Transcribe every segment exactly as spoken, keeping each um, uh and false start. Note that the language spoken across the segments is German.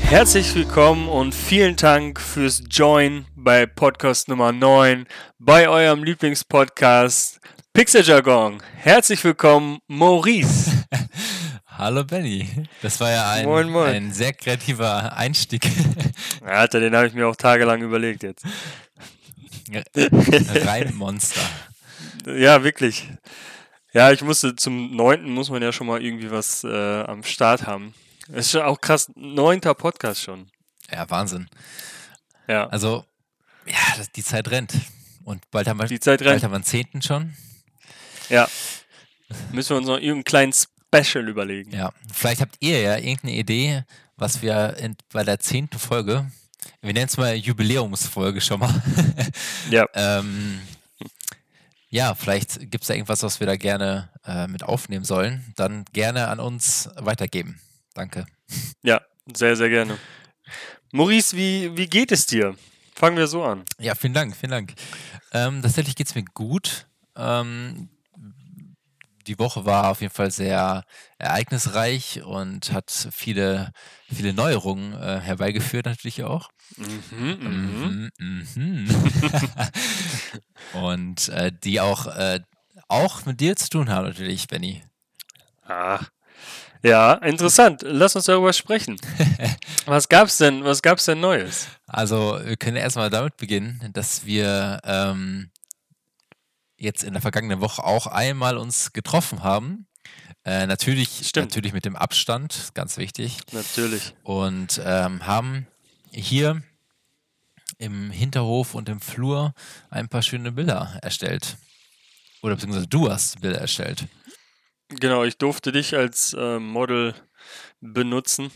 Herzlich willkommen und vielen Dank fürs Join bei Podcast Nummer neun bei eurem Lieblingspodcast Pixeljargon. Herzlich willkommen, Maurice. Hallo Benny, das war ja ein, Moin, moin. ein sehr kreativer Einstieg. Alter, den habe ich mir auch tagelang überlegt jetzt. Reimmonster. Ja, wirklich. Ja, ich musste zum neunten muss man ja schon mal irgendwie was äh, am Start haben. Das ist schon auch krass, neunter Podcast schon. Ja, Wahnsinn. Ja, Also, ja, das, die Zeit rennt. Und bald haben wir, die Zeit bald rennt. haben wir einen zehnten schon. Ja. Müssen wir uns noch irgendeinen kleinen Special überlegen. Ja, vielleicht habt ihr ja irgendeine Idee, was wir in, bei der zehnten Folge, wir nennen es mal Jubiläumsfolge schon mal. Ja. ähm, ja, vielleicht gibt es da irgendwas, was wir da gerne äh, mit aufnehmen sollen. Dann gerne an uns weitergeben. Danke. Ja, sehr, sehr gerne. Maurice, wie, wie geht es dir? Fangen wir so an. Ja, vielen Dank, vielen Dank. Ähm, tatsächlich geht es mir gut. Ähm, die Woche war auf jeden Fall sehr ereignisreich und hat viele, viele Neuerungen äh, herbeigeführt, natürlich auch. Mhm, mhm. Mhm, mhm. Und äh, die auch, äh, auch mit dir zu tun haben, natürlich, Benny. Ach, ja, interessant. Lass uns darüber sprechen. Was gab's denn, was gab's denn Neues? Also, wir können erstmal damit beginnen, dass wir ähm, jetzt in der vergangenen Woche auch einmal uns getroffen haben. Äh, natürlich, Stimmt. natürlich mit dem Abstand, ganz wichtig. Natürlich. Und ähm, haben hier im Hinterhof und im Flur ein paar schöne Bilder erstellt. Oder beziehungsweise du hast Bilder erstellt. Genau, ich durfte dich als äh, Model benutzen.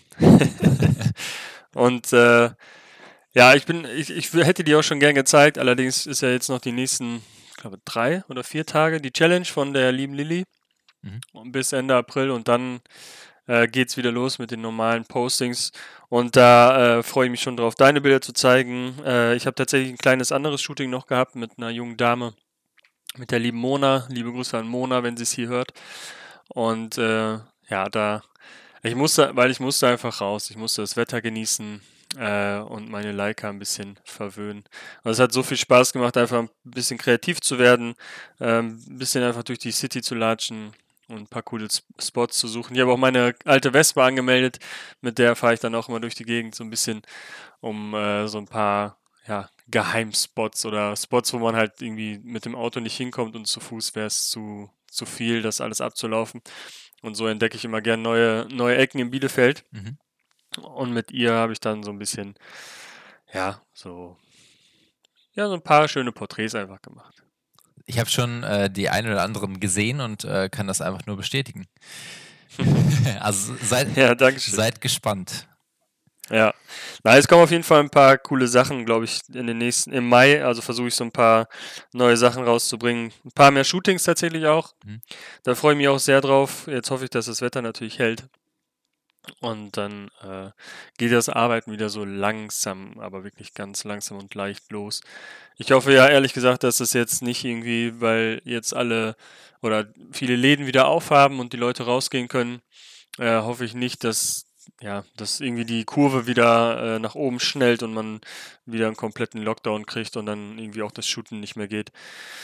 Und äh, ja, ich bin, ich, ich hätte die auch schon gern gezeigt, allerdings ist ja jetzt noch die nächsten, ich glaube, drei oder vier Tage die Challenge von der lieben Lilly Mhm. bis Ende April und dann äh, geht's wieder los mit den normalen Postings. Und da äh, freue ich mich schon drauf, deine Bilder zu zeigen. Äh, ich habe tatsächlich ein kleines anderes Shooting noch gehabt mit einer jungen Dame, mit der lieben Mona. Liebe Grüße an Mona, wenn sie es hier hört. Und äh, ja, da, ich musste, weil ich musste einfach raus. Ich musste das Wetter genießen äh, und meine Leica ein bisschen verwöhnen. Und es hat so viel Spaß gemacht, einfach ein bisschen kreativ zu werden, ähm, ein bisschen einfach durch die City zu latschen und ein paar coole S- Spots zu suchen. Ich habe auch meine alte Vespa angemeldet, mit der fahre ich dann auch immer durch die Gegend so ein bisschen, um äh, so ein paar ja, Geheimspots oder Spots, wo man halt irgendwie mit dem Auto nicht hinkommt und zu Fuß wäre es zu, zu viel, das alles abzulaufen. Und so entdecke ich immer gern neue, neue Ecken in Bielefeld. Mhm. Und mit ihr habe ich dann so ein bisschen, ja, so, ja, so ein paar schöne Porträts einfach gemacht. Ich habe schon äh, die ein oder anderen gesehen und äh, kann das einfach nur bestätigen. Also seid, Ja, danke schön. seid gespannt. Ja, na, es kommen auf jeden Fall ein paar coole Sachen, glaube ich, in den nächsten, im Mai. Also versuche ich so ein paar neue Sachen rauszubringen. Ein paar mehr Shootings tatsächlich auch. Mhm. Da freue ich mich auch sehr drauf. Jetzt hoffe ich, dass das Wetter natürlich hält. Und dann äh, geht das Arbeiten wieder so langsam, aber wirklich ganz langsam und leicht los. Ich hoffe ja ehrlich gesagt, dass es jetzt nicht irgendwie, weil jetzt alle oder viele Läden wieder aufhaben und die Leute rausgehen können, äh, hoffe ich nicht, dass ja, dass irgendwie die Kurve wieder äh, nach oben schnellt und man wieder einen kompletten Lockdown kriegt und dann irgendwie auch das Shooten nicht mehr geht.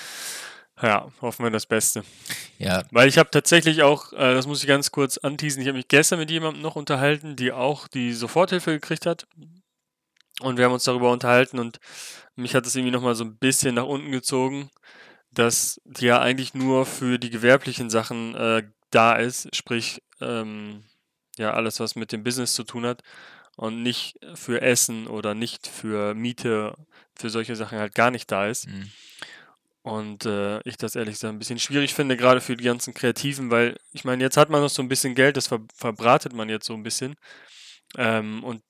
Ja, hoffen wir das Beste. Ja, Weil ich habe tatsächlich auch, äh, das muss ich ganz kurz anteasen, ich habe mich gestern mit jemandem noch unterhalten, die auch die Soforthilfe gekriegt hat. Und wir haben uns darüber unterhalten und mich hat es irgendwie nochmal so ein bisschen nach unten gezogen, dass die ja eigentlich nur für die gewerblichen Sachen äh, da ist, sprich, ähm, ja, alles, was mit dem Business zu tun hat und nicht für Essen oder nicht für Miete, für solche Sachen halt gar nicht da ist. mhm. Und äh, ich das ehrlich gesagt ein bisschen schwierig finde, gerade für die ganzen Kreativen, weil ich meine, jetzt hat man noch so ein bisschen Geld, das ver verbratet man jetzt so ein bisschen. Ähm, und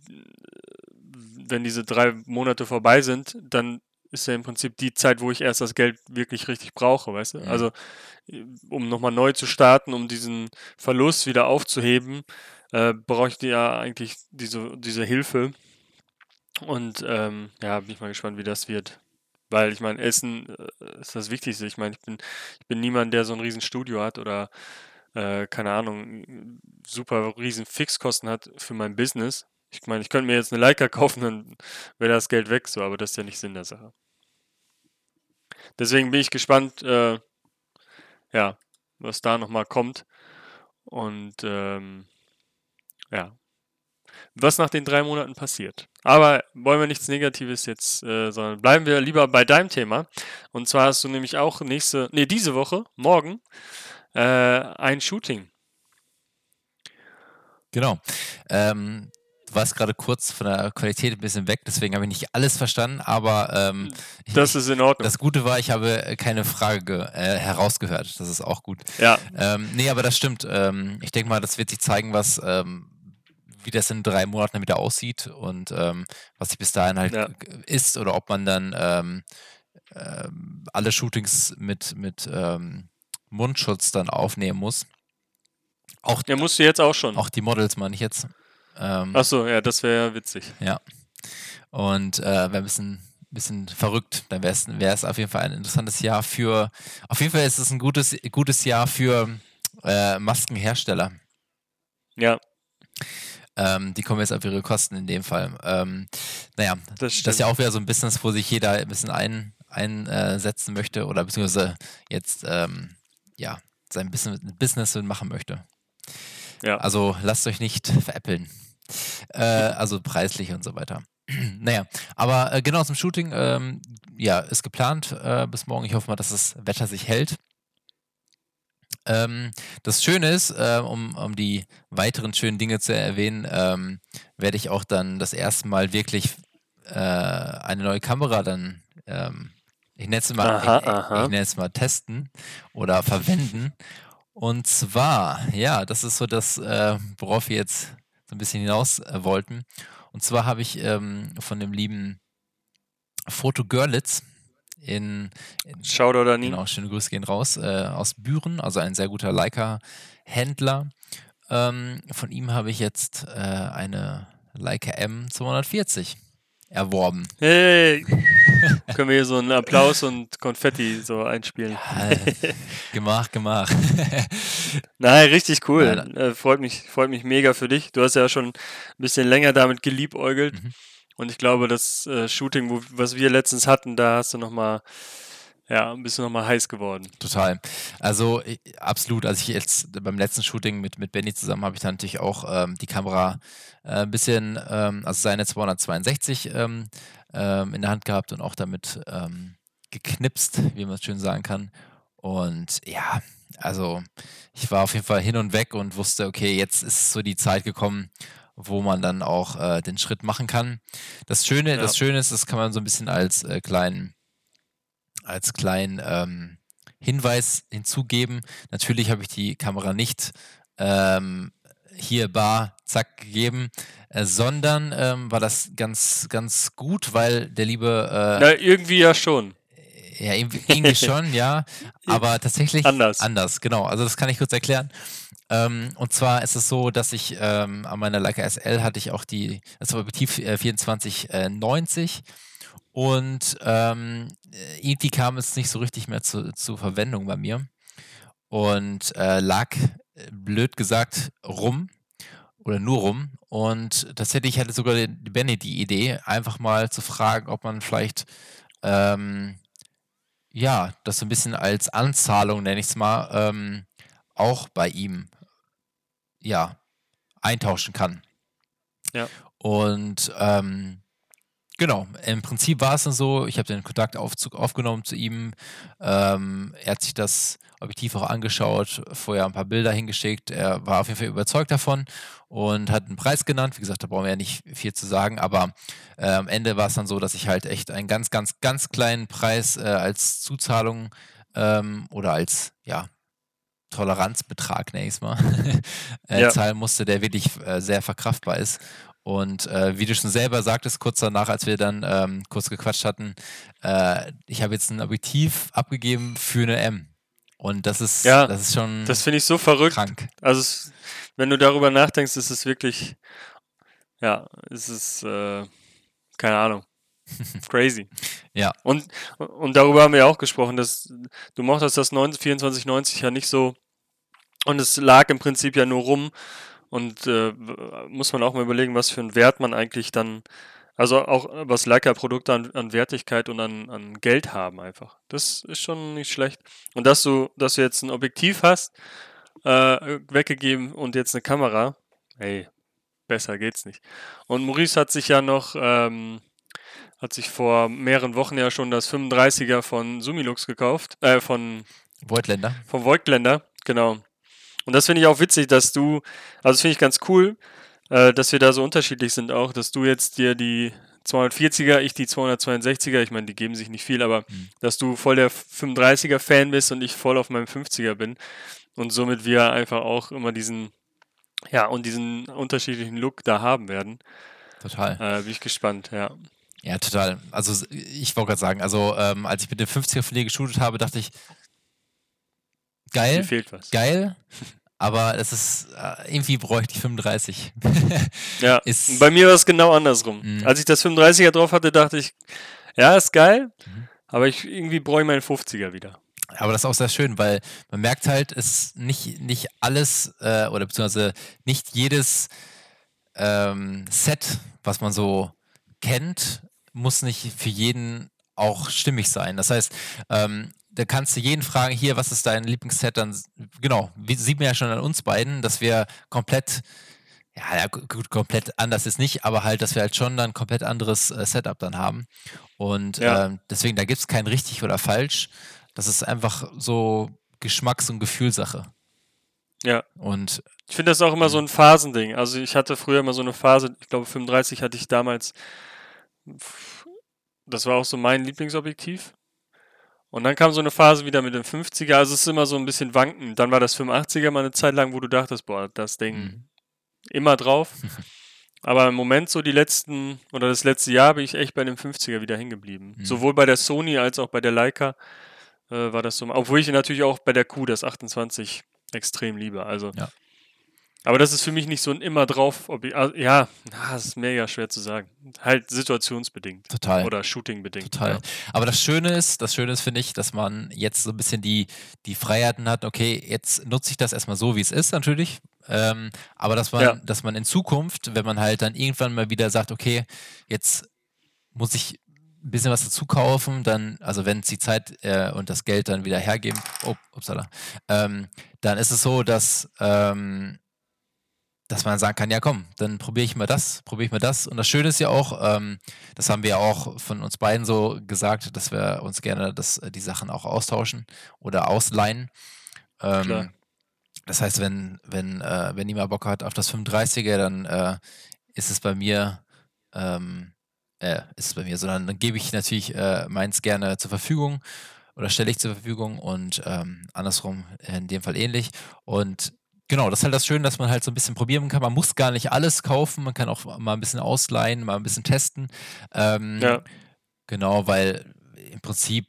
wenn diese drei Monate vorbei sind, dann ist ja im Prinzip die Zeit, wo ich erst das Geld wirklich richtig brauche, weißt du? Mhm. Also, äh, um nochmal neu zu starten, um diesen Verlust wieder aufzuheben, äh, brauche ich ja eigentlich diese, diese Hilfe. Und ähm, ja, bin ich mal gespannt, wie das wird. Weil ich meine, Essen äh, ist das Wichtigste. Ich meine, ich bin, ich bin niemand, der so ein riesen Studio hat oder äh, keine Ahnung, super riesen Fixkosten hat für mein Business. Ich meine, ich könnte mir jetzt eine Leica kaufen, dann wäre das Geld weg, so, aber das ist ja nicht Sinn der Sache. Deswegen bin ich gespannt, äh, ja, was da nochmal kommt. Und ähm, ja, was nach den drei Monaten passiert. Aber wollen wir nichts Negatives jetzt, äh, sondern bleiben wir lieber bei deinem Thema. Und zwar hast du nämlich auch nächste, nee, diese Woche, morgen, äh, ein Shooting. Genau. Ähm, du warst gerade kurz von der Qualität ein bisschen weg, deswegen habe ich nicht alles verstanden, aber ähm, Das ist in Ordnung. Das Gute war, ich habe keine Frage äh, herausgehört. Das ist auch gut. Ja. Ähm, nee, aber das stimmt. Ähm, ich denke mal, das wird sich zeigen, was, ähm, wie das in drei Monaten wieder aussieht und ähm, was sich bis dahin halt Ja. ist oder ob man dann ähm, ähm, alle Shootings mit, mit ähm, Mundschutz dann aufnehmen muss. Auch, Ja, musst du jetzt auch schon. auch die Models meine ich jetzt. Ähm, Achso, ja, das wäre witzig. Ja. Und äh, wäre ein bisschen, bisschen verrückt. Dann wäre es auf jeden Fall ein interessantes Jahr für. Auf jeden Fall ist es ein gutes, gutes Jahr für äh, Maskenhersteller. Ja. Ähm, die kommen jetzt auf ihre Kosten in dem Fall. Ähm, naja, Das das ist ja auch wieder so ein Business, wo sich jeder ein bisschen ein, einsetzen möchte oder beziehungsweise jetzt ähm, ja, sein Business, Business machen möchte. Ja. Also lasst euch nicht veräppeln. Äh, also preislich und so weiter. Naja, aber äh, genau zum Shooting, ähm, ja, ist geplant äh, bis morgen. Ich hoffe mal, dass das Wetter sich hält. Ähm, das Schöne ist, äh, um, um die weiteren schönen Dinge zu erwähnen, ähm, werde ich auch dann das erste Mal wirklich äh, eine neue Kamera dann, ähm, ich nenne es mal, Aha, ich, aha. ich nenne es mal testen oder verwenden. Und zwar, ja, das ist so das, äh, worauf wir jetzt so ein bisschen hinaus äh, wollten. Und zwar habe ich ähm, von dem lieben Foto Görlitz in, in Shoutout an ihn. genau, schöne Grüße gehen raus, äh, aus Büren, also ein sehr guter Leica-Händler. Ähm, von ihm habe ich jetzt äh, eine Leica M zweihundertvierzig erworben. Hey! Können wir hier so einen Applaus und Konfetti so einspielen? Ja, gemacht, gemacht. Nein, richtig cool. Nein, Äh, freut mich, freut mich mega für dich. Du hast ja schon ein bisschen länger damit geliebäugelt. Mhm. Und ich glaube, das äh, Shooting, wo, was wir letztens hatten, da hast du nochmal, ja, bist du nochmal heiß geworden. Total. Also ich, absolut. Also ich jetzt beim letzten Shooting mit, mit Benny zusammen habe ich dann natürlich auch ähm, die Kamera äh, ein bisschen, ähm, also seine zweihundertzweiundsechzig ähm, ähm, in der Hand gehabt und auch damit ähm, geknipst, wie man es schön sagen kann. Und ja, also ich war auf jeden Fall hin und weg und wusste, okay, jetzt ist so die Zeit gekommen, wo man dann auch äh, den Schritt machen kann. Das Schöne, Ja. das Schöne ist, das kann man so ein bisschen als äh, kleinen als kleinen ähm, Hinweis hinzugeben. Natürlich habe ich die Kamera nicht ähm, hier bar, zack, gegeben, äh, sondern ähm, war das ganz, ganz gut, weil der liebe... Äh, Na, irgendwie ja schon. ja, irgendwie, irgendwie schon, ja, aber tatsächlich Anders. anders, genau. Also das kann ich kurz erklären. Ähm, und zwar ist es so, dass ich ähm, an meiner Leica S L hatte ich auch die, das Objektiv äh, vierundzwanzig neunzig und ähm, irgendwie kam es nicht so richtig mehr zu, zur Verwendung bei mir und äh, lag, äh, blöd gesagt, rum oder nur rum. Und tatsächlich hatte sogar der Benny die Idee, einfach mal zu fragen, ob man vielleicht ähm, ja, das so ein bisschen als Anzahlung, nenne ich es mal, ähm, auch bei ihm ja, eintauschen kann. Ja. Und ähm, genau, im Prinzip war es dann so, ich habe den Kontakt auf, aufgenommen zu ihm. Ähm, er hat sich das Objektiv auch angeschaut, vorher ein paar Bilder hingeschickt. Er war auf jeden Fall überzeugt davon und hat einen Preis genannt. Wie gesagt, da brauchen wir ja nicht viel zu sagen, aber äh, am Ende war es dann so, dass ich halt echt einen ganz, ganz, ganz kleinen Preis äh, als Zuzahlung ähm, oder als, ja, Toleranzbetrag, nenne ich es mal, äh, Ja. zahlen musste, der wirklich äh, sehr verkraftbar ist. Und äh, wie du schon selber sagtest, kurz danach, als wir dann ähm, kurz gequatscht hatten, äh, ich habe jetzt ein Objektiv abgegeben für eine M. Und das ist, Ja, das ist schon Das finde ich so verrückt. krank. Also, es, wenn du darüber nachdenkst, ist es wirklich, ja, es ist, äh, keine Ahnung, crazy. Ja, Und, und darüber haben wir ja auch gesprochen, dass du mochtest das vierundzwanzig neunzig ja nicht so und es lag im Prinzip ja nur rum Und äh, w- muss man auch mal überlegen, was für einen Wert man eigentlich dann, also auch äh, was Leica-Produkte an, an Wertigkeit und an, an Geld haben einfach. Das ist schon nicht schlecht. Und dass du, dass du jetzt ein Objektiv hast, äh, weggegeben und jetzt eine Kamera, ey, besser geht's nicht. Und Maurice hat sich ja noch, ähm, hat sich vor mehreren Wochen ja schon das fünfunddreißiger von Sumilux gekauft, äh, von, Voigtländer. vom Voigtländer, genau. Und das finde ich auch witzig, dass du, also das finde ich ganz cool, äh, dass wir da so unterschiedlich sind auch, dass du jetzt dir die zweihundertvierziger, ich die zweihundertzweiundsechziger, ich meine, die geben sich nicht viel, aber Hm. dass du voll der fünfunddreißiger-Fan bist und ich voll auf meinem fünfziger bin und somit wir einfach auch immer diesen, ja, und diesen unterschiedlichen Look da haben werden. Total. Äh, bin ich gespannt, ja. Ja, total. Also s- ich wollte gerade sagen, also ähm, als ich mit dem fünfziger von dir geshootet habe, dachte ich, Mir geil, fehlt was. geil, aber das ist, äh, irgendwie bräuchte ich fünfunddreißig. Ja, Ist, bei mir war es genau andersrum. Mhm. Als ich das fünfunddreißiger drauf hatte, dachte ich, ja, ist geil, Mhm. aber ich irgendwie brauche ich meinen fünfziger wieder. aber das ist auch sehr schön, weil man merkt halt, es ist nicht, nicht alles äh, oder beziehungsweise nicht jedes ähm, Set, was man so kennt, muss nicht für jeden auch stimmig sein. Das heißt, ähm, da kannst du jeden fragen, hier, was ist dein Lieblingsset? Dann, s- genau, wie, sieht man ja schon an uns beiden, dass wir komplett, ja, ja gu- gut, komplett anders ist nicht, aber halt, dass wir halt schon dann komplett anderes äh, Setup dann haben. Und Ja. ähm, deswegen, da gibt es kein richtig oder falsch. Das ist einfach so Geschmacks- und Gefühlssache. Ja. Und Ich finde das auch immer so ein Phasending. Also ich hatte früher immer so eine Phase, ich glaube fünfunddreißig hatte ich damals, das war auch so mein Lieblingsobjektiv. Und dann kam so eine Phase wieder mit dem fünfziger, also es ist immer so ein bisschen wankend. Dann war das fünfundachtziger mal eine Zeit lang, wo du dachtest, boah, das Ding mh, immer drauf. Aber im Moment so die letzten, oder das letzte Jahr bin ich echt bei dem fünfziger wieder hängen geblieben. Mhm. Sowohl bei der Sony als auch bei der Leica äh, war das so. Obwohl ich natürlich auch bei der Q, das achtundzwanzig, extrem liebe. Also, Ja. aber das ist für mich nicht so ein immer drauf. Ob ich, also, ja, na, das ist mega schwer zu sagen. Halt situationsbedingt. Total. Oder shootingbedingt. Total. Ja. Aber das Schöne ist, das Schöne ist, finde ich, dass man jetzt so ein bisschen die, die Freiheiten hat, okay, jetzt nutze ich das erstmal so, wie es ist, natürlich. Ähm, aber dass man, Ja. dass man in Zukunft, wenn man halt dann irgendwann mal wieder sagt, okay, jetzt muss ich ein bisschen was dazu kaufen, dann, also wenn es die Zeit äh, und das Geld dann wieder hergeben, oh, upsala, ähm, dann ist es so, dass ähm, dass man sagen kann, ja komm, dann probiere ich mal das, probiere ich mal das. Und das Schöne ist ja auch, ähm, das haben wir ja auch von uns beiden so gesagt, dass wir uns gerne das, äh, die Sachen auch austauschen oder ausleihen. Klar. Ähm, das heißt, wenn, wenn, äh, wenn niemand Bock hat auf das fünfunddreißiger, dann äh, ist es bei mir, ähm, äh, ist es bei mir, sondern dann gebe ich natürlich äh, meins gerne zur Verfügung oder stelle ich zur Verfügung und ähm, andersrum in dem Fall ähnlich. Und genau, das ist halt das Schöne, dass man halt so ein bisschen probieren kann. Man muss gar nicht alles kaufen, man kann auch mal ein bisschen ausleihen, mal ein bisschen testen. Ähm, Ja. Genau, weil im Prinzip,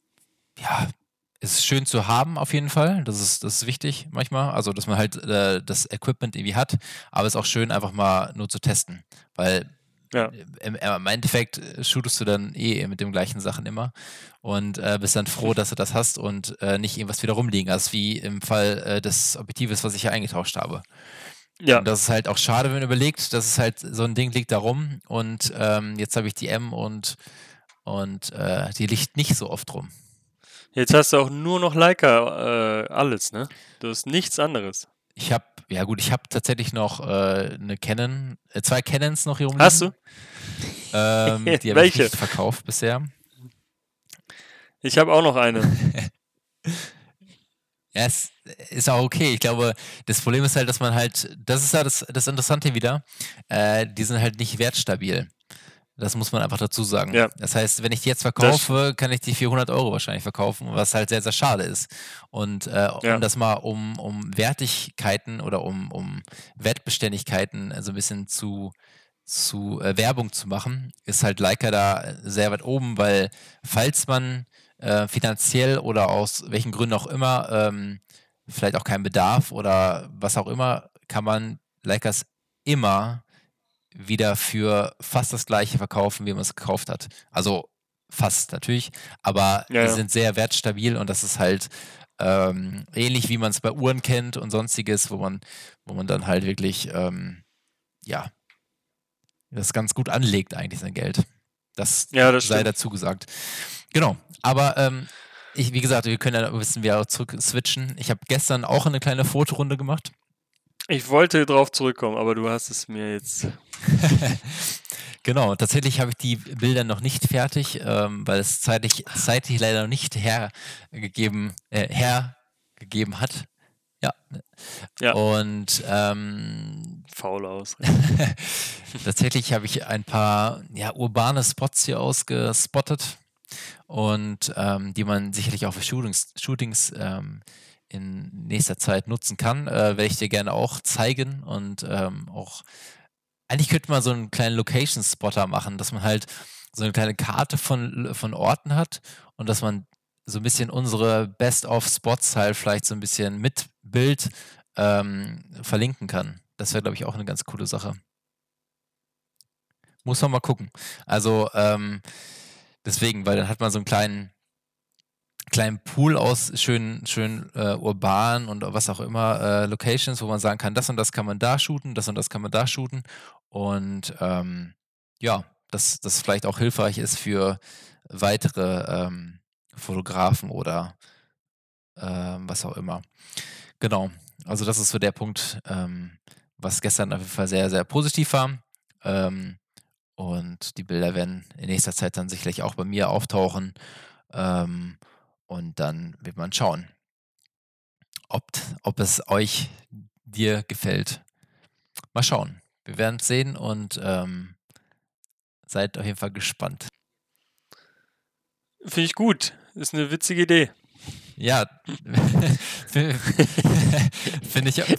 ja, es ist schön zu haben auf jeden Fall. Das ist, das ist wichtig manchmal. Also, dass man halt äh, das Equipment irgendwie hat. Aber es ist auch schön, einfach mal nur zu testen. Weil Ja. im, im Endeffekt äh, shootest du dann eh mit den gleichen Sachen immer und äh, bist dann froh, dass du das hast und äh, nicht irgendwas wieder rumliegen hast, wie im Fall äh, des Objektives, was ich ja eingetauscht habe. Ja. Und das ist halt auch schade, wenn man überlegt, dass es halt so ein Ding liegt da rum und ähm, jetzt habe ich die M und, und äh, die liegt nicht so oft rum. Jetzt hast du auch nur noch Leica äh, alles, ne? Du hast nichts anderes. Ich habe, ja gut, ich habe tatsächlich noch äh, eine Canon, äh, zwei Canons noch hier rumliegen. Hast du? Ähm, die habe ich Welche? nicht verkauft bisher. Ich habe auch noch eine. Ja, es ist auch okay. Ich glaube, das Problem ist halt, dass man halt, das ist ja das, das Interessante wieder, äh, die sind halt nicht wertstabil. Das muss man einfach dazu sagen. Ja. Das heißt, wenn ich die jetzt verkaufe, kann ich die für hundert Euro wahrscheinlich verkaufen, was halt sehr, sehr schade ist. Und äh, Ja. um das mal um, um Wertigkeiten oder um, um Wertbeständigkeiten so ein bisschen zu, zu äh, Werbung zu machen, ist halt Leica da sehr weit oben, weil falls man äh, finanziell oder aus welchen Gründen auch immer ähm, vielleicht auch keinen Bedarf oder was auch immer, kann man Leicas immer wieder für fast das gleiche verkaufen, wie man es gekauft hat. Also fast natürlich, aber Ja, die ja. sind sehr wertstabil und das ist halt ähm, ähnlich wie man es bei Uhren kennt und sonstiges, wo man, wo man dann halt wirklich, ähm, ja, das ganz gut anlegt eigentlich sein Geld. Das Ja, das sei stimmt. dazu gesagt. Genau, aber ähm, ich, wie gesagt, wir können ja, müssen wir auch zurück switchen. Ich habe gestern auch eine kleine Fotorunde gemacht. Ich wollte drauf zurückkommen, aber du hast es mir jetzt. Genau, tatsächlich habe ich die Bilder noch nicht fertig, ähm, weil es zeitlich, zeitlich leider noch nicht hergegeben, äh, hergegeben hat. Ja. Ja. Und ähm, Faul aus. tatsächlich habe ich ein paar ja, urbane Spots hier ausgespottet und ähm, die man sicherlich auch für Shootings, Shootings ähm, in nächster Zeit nutzen kann. Äh, werde ich dir gerne auch zeigen und ähm, auch eigentlich könnte man so einen kleinen Location-Spotter machen, dass man halt so eine kleine Karte von, von Orten hat und dass man so ein bisschen unsere Best-of-Spots halt vielleicht so ein bisschen mit Bild ähm, verlinken kann. Das wäre, glaube ich, auch eine ganz coole Sache. Muss man mal gucken. Also ähm, deswegen, weil dann hat man so einen kleinen kleinen Pool aus schön, schön äh, urban und was auch immer äh, Locations, wo man sagen kann, das und das kann man da shooten, das und das kann man da shooten. Und ähm, ja, dass das vielleicht auch hilfreich ist für weitere ähm, Fotografen oder ähm, was auch immer. Genau, also das ist so der Punkt, ähm, was gestern auf jeden Fall sehr, sehr positiv war. Ähm, und die Bilder werden in nächster Zeit dann sicherlich auch bei mir auftauchen. Ähm, und dann wird man schauen, ob, ob es euch, dir gefällt. Mal schauen. Wir werden es sehen und ähm, seid auf jeden Fall gespannt. Finde ich gut. Ist eine witzige Idee. Ja, finde ich.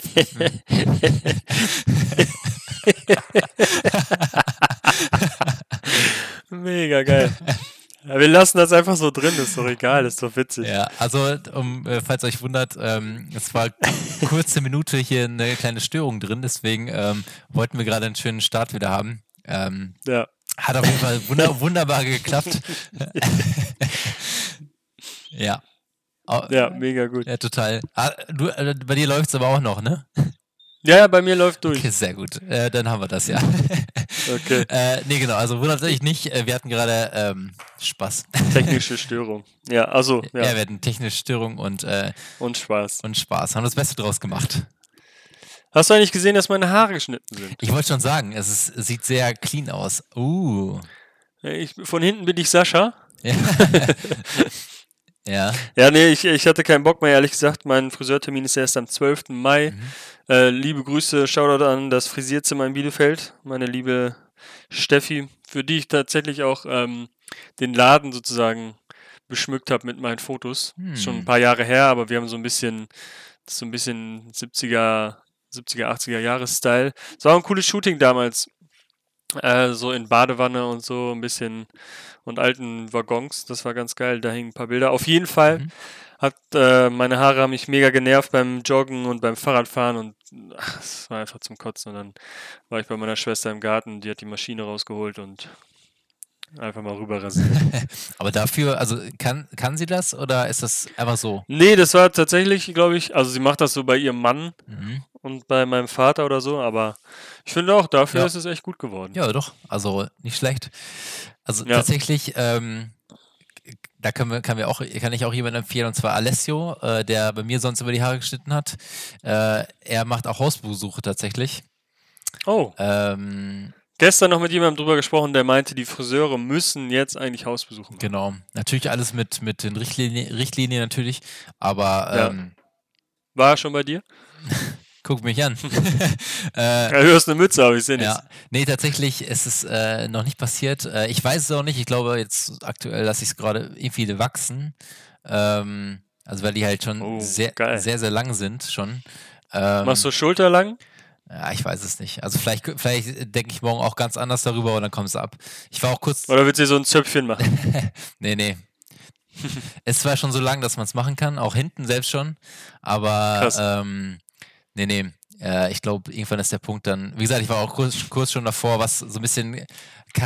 Mega geil. Ja, wir lassen das einfach so drin, ist doch egal, ist doch witzig. Ja, also um, äh, falls euch wundert, ähm, es war kurze Minute hier eine kleine Störung drin, deswegen ähm, wollten wir gerade einen schönen Start wieder haben. Ähm, ja. Hat auf jeden Fall wunder wunderbar geklappt. Ja. Ja, mega gut. Ja, total. Ah, du, äh, bei dir läuft es aber auch noch, ne? Ja, ja, bei mir läuft durch. Okay, sehr gut. Äh, dann haben wir das ja. Okay. äh, nee, genau. Also wundert euch nicht. Äh, wir hatten gerade ähm, Spaß. Technische Störung. Ja, also, ja. Ja, wir hatten technische Störung und, äh, und Spaß. Und Spaß. Haben das Beste draus gemacht. Hast du eigentlich gesehen, dass meine Haare geschnitten sind? Ich wollte schon sagen, es, ist, es sieht sehr clean aus. Uh. Ich, von hinten bin ich Sascha. Ja. Ja. Ja, nee, ich, ich hatte keinen Bock mehr, ehrlich gesagt. Mein Friseurtermin ist erst am zwölften Mai. Mhm. Äh, liebe Grüße, Shoutout an das Frisierzimmer in Bielefeld. Meine liebe Steffi, für die ich tatsächlich auch ähm, den Laden sozusagen beschmückt habe mit meinen Fotos. Hm. Ist schon ein paar Jahre her, aber wir haben so ein bisschen, so ein bisschen siebziger, achtziger Jahres-Style. Es war auch ein cooles Shooting damals. Äh, so in Badewanne und so ein bisschen und alten Waggons. Das war ganz geil. Da hingen ein paar Bilder. Auf jeden Fall mhm. hat äh, meine Haare haben mich mega genervt beim Joggen und beim Fahrradfahren und es war einfach zum Kotzen. Und dann war ich bei meiner Schwester im Garten. Die hat die Maschine rausgeholt und einfach mal rüber rasiert. Aber dafür, also kann, kann sie das oder ist das einfach so? Nee, das war tatsächlich, glaube ich, also sie macht das so bei ihrem Mann mhm. und bei meinem Vater oder so, aber ich finde auch, dafür ja. ist es echt gut geworden. Ja, doch, also nicht schlecht. Also ja. tatsächlich, ähm, da können wir, kann, wir auch, kann ich auch jemanden empfehlen, und zwar Alessio, äh, der bei mir sonst über die Haare geschnitten hat. Äh, er macht auch Hausbesuche tatsächlich. Oh. Ähm, Gestern noch mit jemandem drüber gesprochen, der meinte, die Friseure müssen jetzt eigentlich Hausbesuche machen. Genau. Natürlich alles mit, mit den Richtlinien, Richtlinien natürlich, aber ja. ähm, war er schon bei dir? Guck mich an. äh, ja, du hast eine Mütze, aber ich sehe nichts. Ja. Nee, tatsächlich ist es äh, noch nicht passiert. Äh, ich weiß es auch nicht. Ich glaube, jetzt aktuell lasse ich es gerade irgendwie wachsen. Ähm, also weil die halt schon oh, sehr, sehr, sehr lang sind schon. Ähm, Machst du schulterlang? Ja, ich weiß es nicht. Also vielleicht, vielleicht denke ich morgen auch ganz anders darüber und dann kommt es ab. Ich war auch kurz... Oder willst du so ein Zöpfchen machen? nee, nee. Es ist zwar schon so lang, dass man es machen kann, auch hinten selbst schon, aber ähm, nee, nee. Äh, ich glaube, irgendwann ist der Punkt dann... Wie gesagt, ich war auch kurz, kurz schon davor, was so ein bisschen Quarant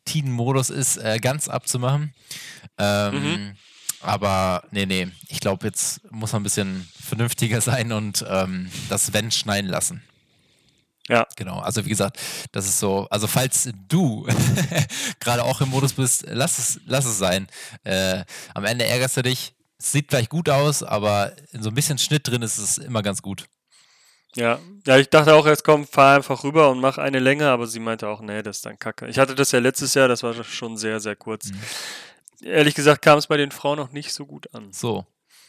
Routinenemodus ist, äh, ganz abzumachen. Mhm. Ähm, aber nee, nee, ich glaube, jetzt muss man ein bisschen vernünftiger sein und ähm, das Wenn schneiden lassen. Ja. Genau, also wie gesagt, das ist so, also falls du gerade auch im Modus bist, lass es, lass es sein. Äh, am Ende ärgerst du dich, es sieht vielleicht gut aus, aber in so ein bisschen Schnitt drin ist es immer ganz gut. Ja. Ja, ich dachte auch erst, komm, fahr einfach rüber und mach eine Länge, aber sie meinte auch, nee, das ist dann kacke. Ich hatte das ja letztes Jahr, das war schon sehr, sehr kurz. Mhm. Ehrlich gesagt kam es bei den Frauen noch nicht so gut an. So.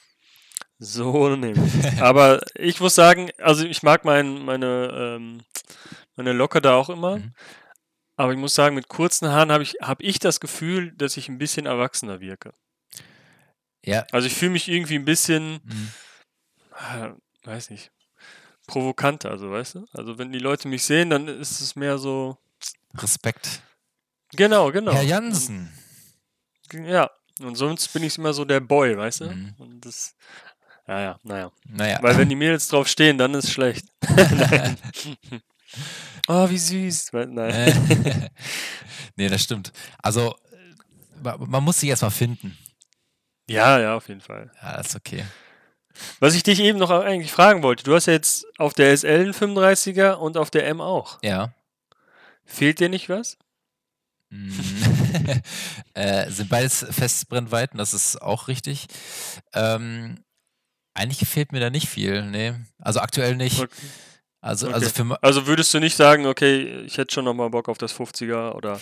So nämlich. Aber ich muss sagen, also ich mag mein, meine, ähm, meine Locke da auch immer. Mhm. Aber ich muss sagen, mit kurzen Haaren habe ich, hab ich das Gefühl, dass ich ein bisschen erwachsener wirke. Ja. Also ich fühle mich irgendwie ein bisschen, Mhm. äh, weiß nicht, provokanter, also weißt du? Also wenn die Leute mich sehen, dann ist es mehr so, Respekt. genau, Herr genau. Und Jansen. ja, und sonst bin ich immer so der Boy, weißt du? Mhm. Und das, ja, ja, naja. Naja. Weil wenn die Mädels drauf stehen, dann ist schlecht. Nein. Oh, wie süß. Weil- Nein. Äh, nee, das stimmt. Also, äh, ma- man muss sich erstmal finden. Ja, ja, auf jeden Fall. Ja, das ist okay. Was ich dich eben noch eigentlich fragen wollte, du hast ja jetzt auf der S L einen fünfunddreißiger und auf der M auch. Ja. Fehlt dir nicht was? Mm. äh, sind beides Festbrennweiten, das ist auch richtig. Ähm, eigentlich fehlt mir da nicht viel, nee. Also aktuell nicht. Okay. Also, also Okay. für ma- Also würdest du nicht sagen, okay, ich hätte schon noch mal Bock auf das fünfziger oder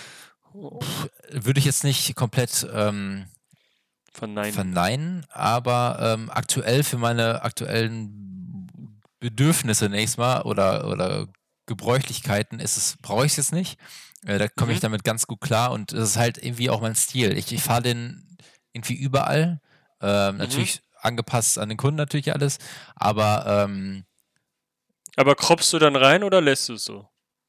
würde ich jetzt nicht komplett ähm, verneinen? verneinen, aber ähm, aktuell für meine aktuellen Bedürfnisse nächstes Mal oder, oder Gebräuchlichkeiten ist es, brauche ich es jetzt nicht. Äh, da komme ich Mhm. damit ganz gut klar und es ist halt irgendwie auch mein Stil. Ich, ich fahre den irgendwie überall. Ähm, Mhm. natürlich angepasst an den Kunden natürlich alles, aber ähm, Aber croppst du dann rein oder lässt du es so?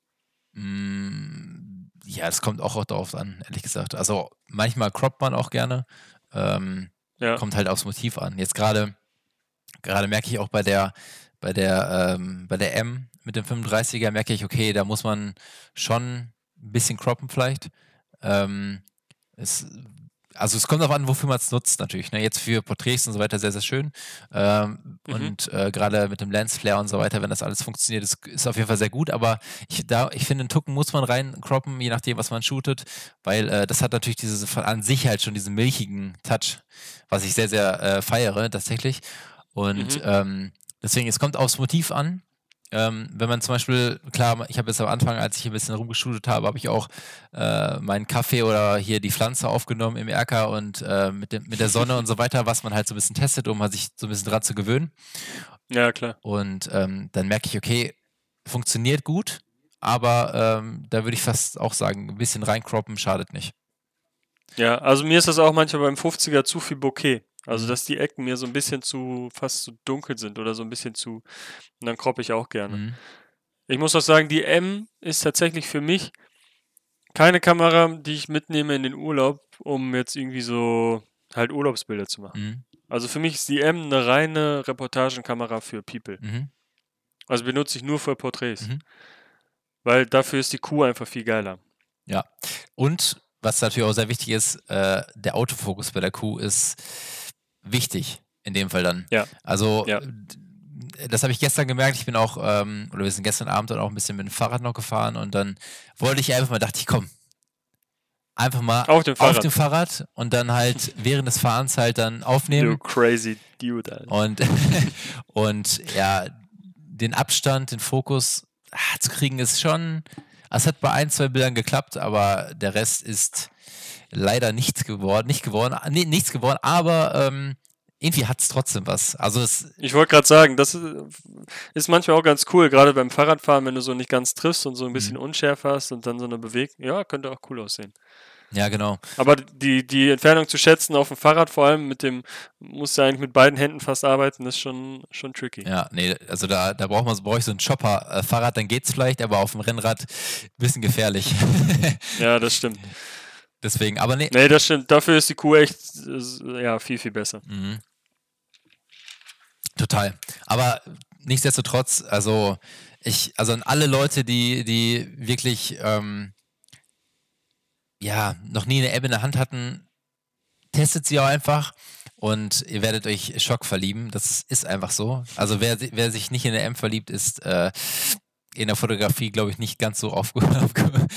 mh, ja, es kommt auch, auch darauf an, ehrlich gesagt. Also manchmal croppt man auch gerne. Ähm, Ja. kommt halt aufs Motiv an. Jetzt gerade gerade merke ich auch bei der bei der ähm, bei der M mit dem fünfunddreißiger merke ich, okay, da muss man schon ein bisschen croppen vielleicht. Ähm, es, also es kommt darauf an, wofür man es nutzt natürlich. Ne? Jetzt für Porträts und so weiter sehr, sehr schön. Ähm, Mhm. und äh, gerade mit dem Lensflare und so weiter, wenn das alles funktioniert, ist, ist auf jeden Fall sehr gut. Aber ich, da, ich finde, einen Tucken muss man rein croppen, je nachdem, was man shootet, weil äh, das hat natürlich diese von an sich halt schon diesen milchigen Touch, was ich sehr, sehr äh, feiere tatsächlich. Und Mhm. ähm, deswegen, es kommt aufs Motiv an. Ähm, wenn man zum Beispiel, klar, ich habe jetzt am Anfang, als ich ein bisschen rumgeschult habe, habe ich auch äh, meinen Kaffee oder hier die Pflanze aufgenommen im Erker und äh, mit, dem, mit der Sonne und so weiter, was man halt so ein bisschen testet, um sich so ein bisschen dran zu gewöhnen. Ja, klar. Und ähm, dann merke ich, okay, funktioniert gut, aber ähm, da würde ich fast auch sagen, ein bisschen reinkroppen schadet nicht. Ja, also mir ist das auch manchmal beim fünfziger zu viel Bokeh. Also Mhm. dass die Ecken mir so ein bisschen zu fast zu dunkel sind oder so ein bisschen zu. Und dann croppe ich auch gerne. Mhm. Ich muss auch sagen, die M ist tatsächlich für mich keine Kamera, die ich mitnehme in den Urlaub, um jetzt irgendwie so halt Urlaubsbilder zu machen. Mhm. Also für mich ist die M eine reine Reportagenkamera für People. Mhm. Also benutze ich nur für Porträts. Mhm. Weil dafür ist die Q einfach viel geiler. Ja. Und was natürlich auch sehr wichtig ist, äh, der Autofokus bei der Kuh ist wichtig in dem Fall dann. Ja, Also ja. d- das habe ich gestern gemerkt. Ich bin auch, ähm, oder wir sind gestern Abend dann auch ein bisschen mit dem Fahrrad noch gefahren und dann wollte ich einfach mal, dachte ich, komm, einfach mal Auf dem auf Fahrrad. dem Fahrrad und dann halt während des Fahrens halt dann Du aufnehmen crazy Dude, Alter. und, und ja, den Abstand, den Fokus ah, zu kriegen ist schon, es hat bei ein, zwei Bildern geklappt, aber der Rest ist leider nichts geworden, nicht geworden, nee, nichts geworden, aber ähm, irgendwie hat es trotzdem was. Also es, Ich wollte gerade sagen, das ist, ist manchmal auch ganz cool, gerade beim Fahrradfahren, wenn du so nicht ganz triffst und so ein bisschen mhm. Unschärfe hast und dann so eine Bewegung. Ja, könnte auch cool aussehen. Ja, genau. Aber die, die Entfernung zu schätzen auf dem Fahrrad, vor allem mit dem, musst du eigentlich mit beiden Händen fast arbeiten, ist schon, schon tricky. Ja, nee, also da, da braucht man, brauche ich so ein Chopper-Fahrrad, dann geht's vielleicht, aber auf dem Rennrad ein bisschen gefährlich. Ja, das stimmt. Deswegen, aber nee. Nee, das stimmt. Dafür ist die Kuh echt, äh, ja, viel, viel besser. Mhm. Total. Aber nichtsdestotrotz, also ich, also an alle Leute, die, die wirklich ähm, ja, noch nie eine App in der Hand hatten, testet sie auch einfach und ihr werdet euch Schock verlieben. Das ist, ist einfach so. Also wer, si- wer sich nicht in eine App verliebt, ist äh, in der Fotografie, glaube ich, nicht ganz so aufge aufge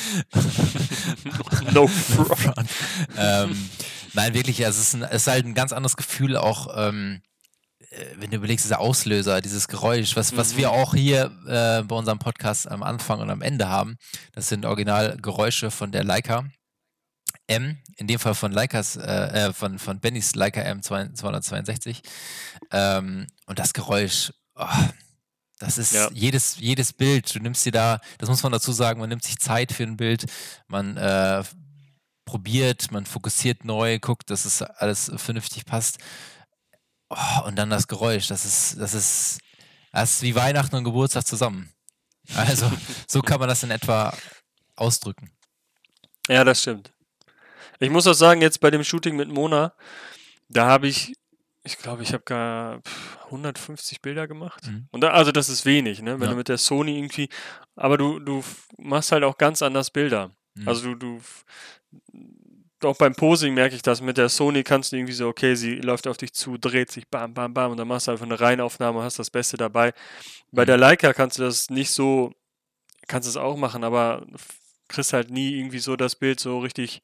No front. front. Ähm, nein, wirklich, also es ist, ein, es ist halt ein ganz anderes Gefühl, auch ähm, äh, wenn du überlegst, dieser Auslöser, dieses Geräusch, was, was wir Mhm. auch hier äh, bei unserem Podcast am Anfang und am Ende haben, das sind Originalgeräusche von der Leica M, in dem Fall von Leicas, äh, äh, von, von Bennys Leica M zweihundertzweiundsechzig. Ähm, und das Geräusch, oh, das ist Ja. jedes, jedes Bild. Du nimmst dir da, das muss man dazu sagen, man nimmt sich Zeit für ein Bild, man äh, probiert, man fokussiert neu, guckt, dass es alles vernünftig passt. Oh, und dann das Geräusch, das ist, das ist, das ist wie Weihnachten und Geburtstag zusammen. Also, so kann man das in etwa ausdrücken. Ja, das stimmt. Ich muss auch sagen, jetzt bei dem Shooting mit Mona, da habe ich, ich glaube, ich habe gar pff, hundertfünfzig Bilder gemacht. Mhm. Und da, also das ist wenig, ne? Wenn Ja. du mit der Sony irgendwie, aber du, du f- machst halt auch ganz anders Bilder. Mhm. Also du, du, f- auch beim Posing merke ich das, mit der Sony kannst du irgendwie so, okay, sie läuft auf dich zu, dreht sich, bam, bam, bam, und dann machst du einfach eine Reihenaufnahme, hast das Beste dabei. Bei Mhm. der Leica kannst du das nicht so, kannst es auch machen, aber f- kriegst halt nie irgendwie so das Bild so richtig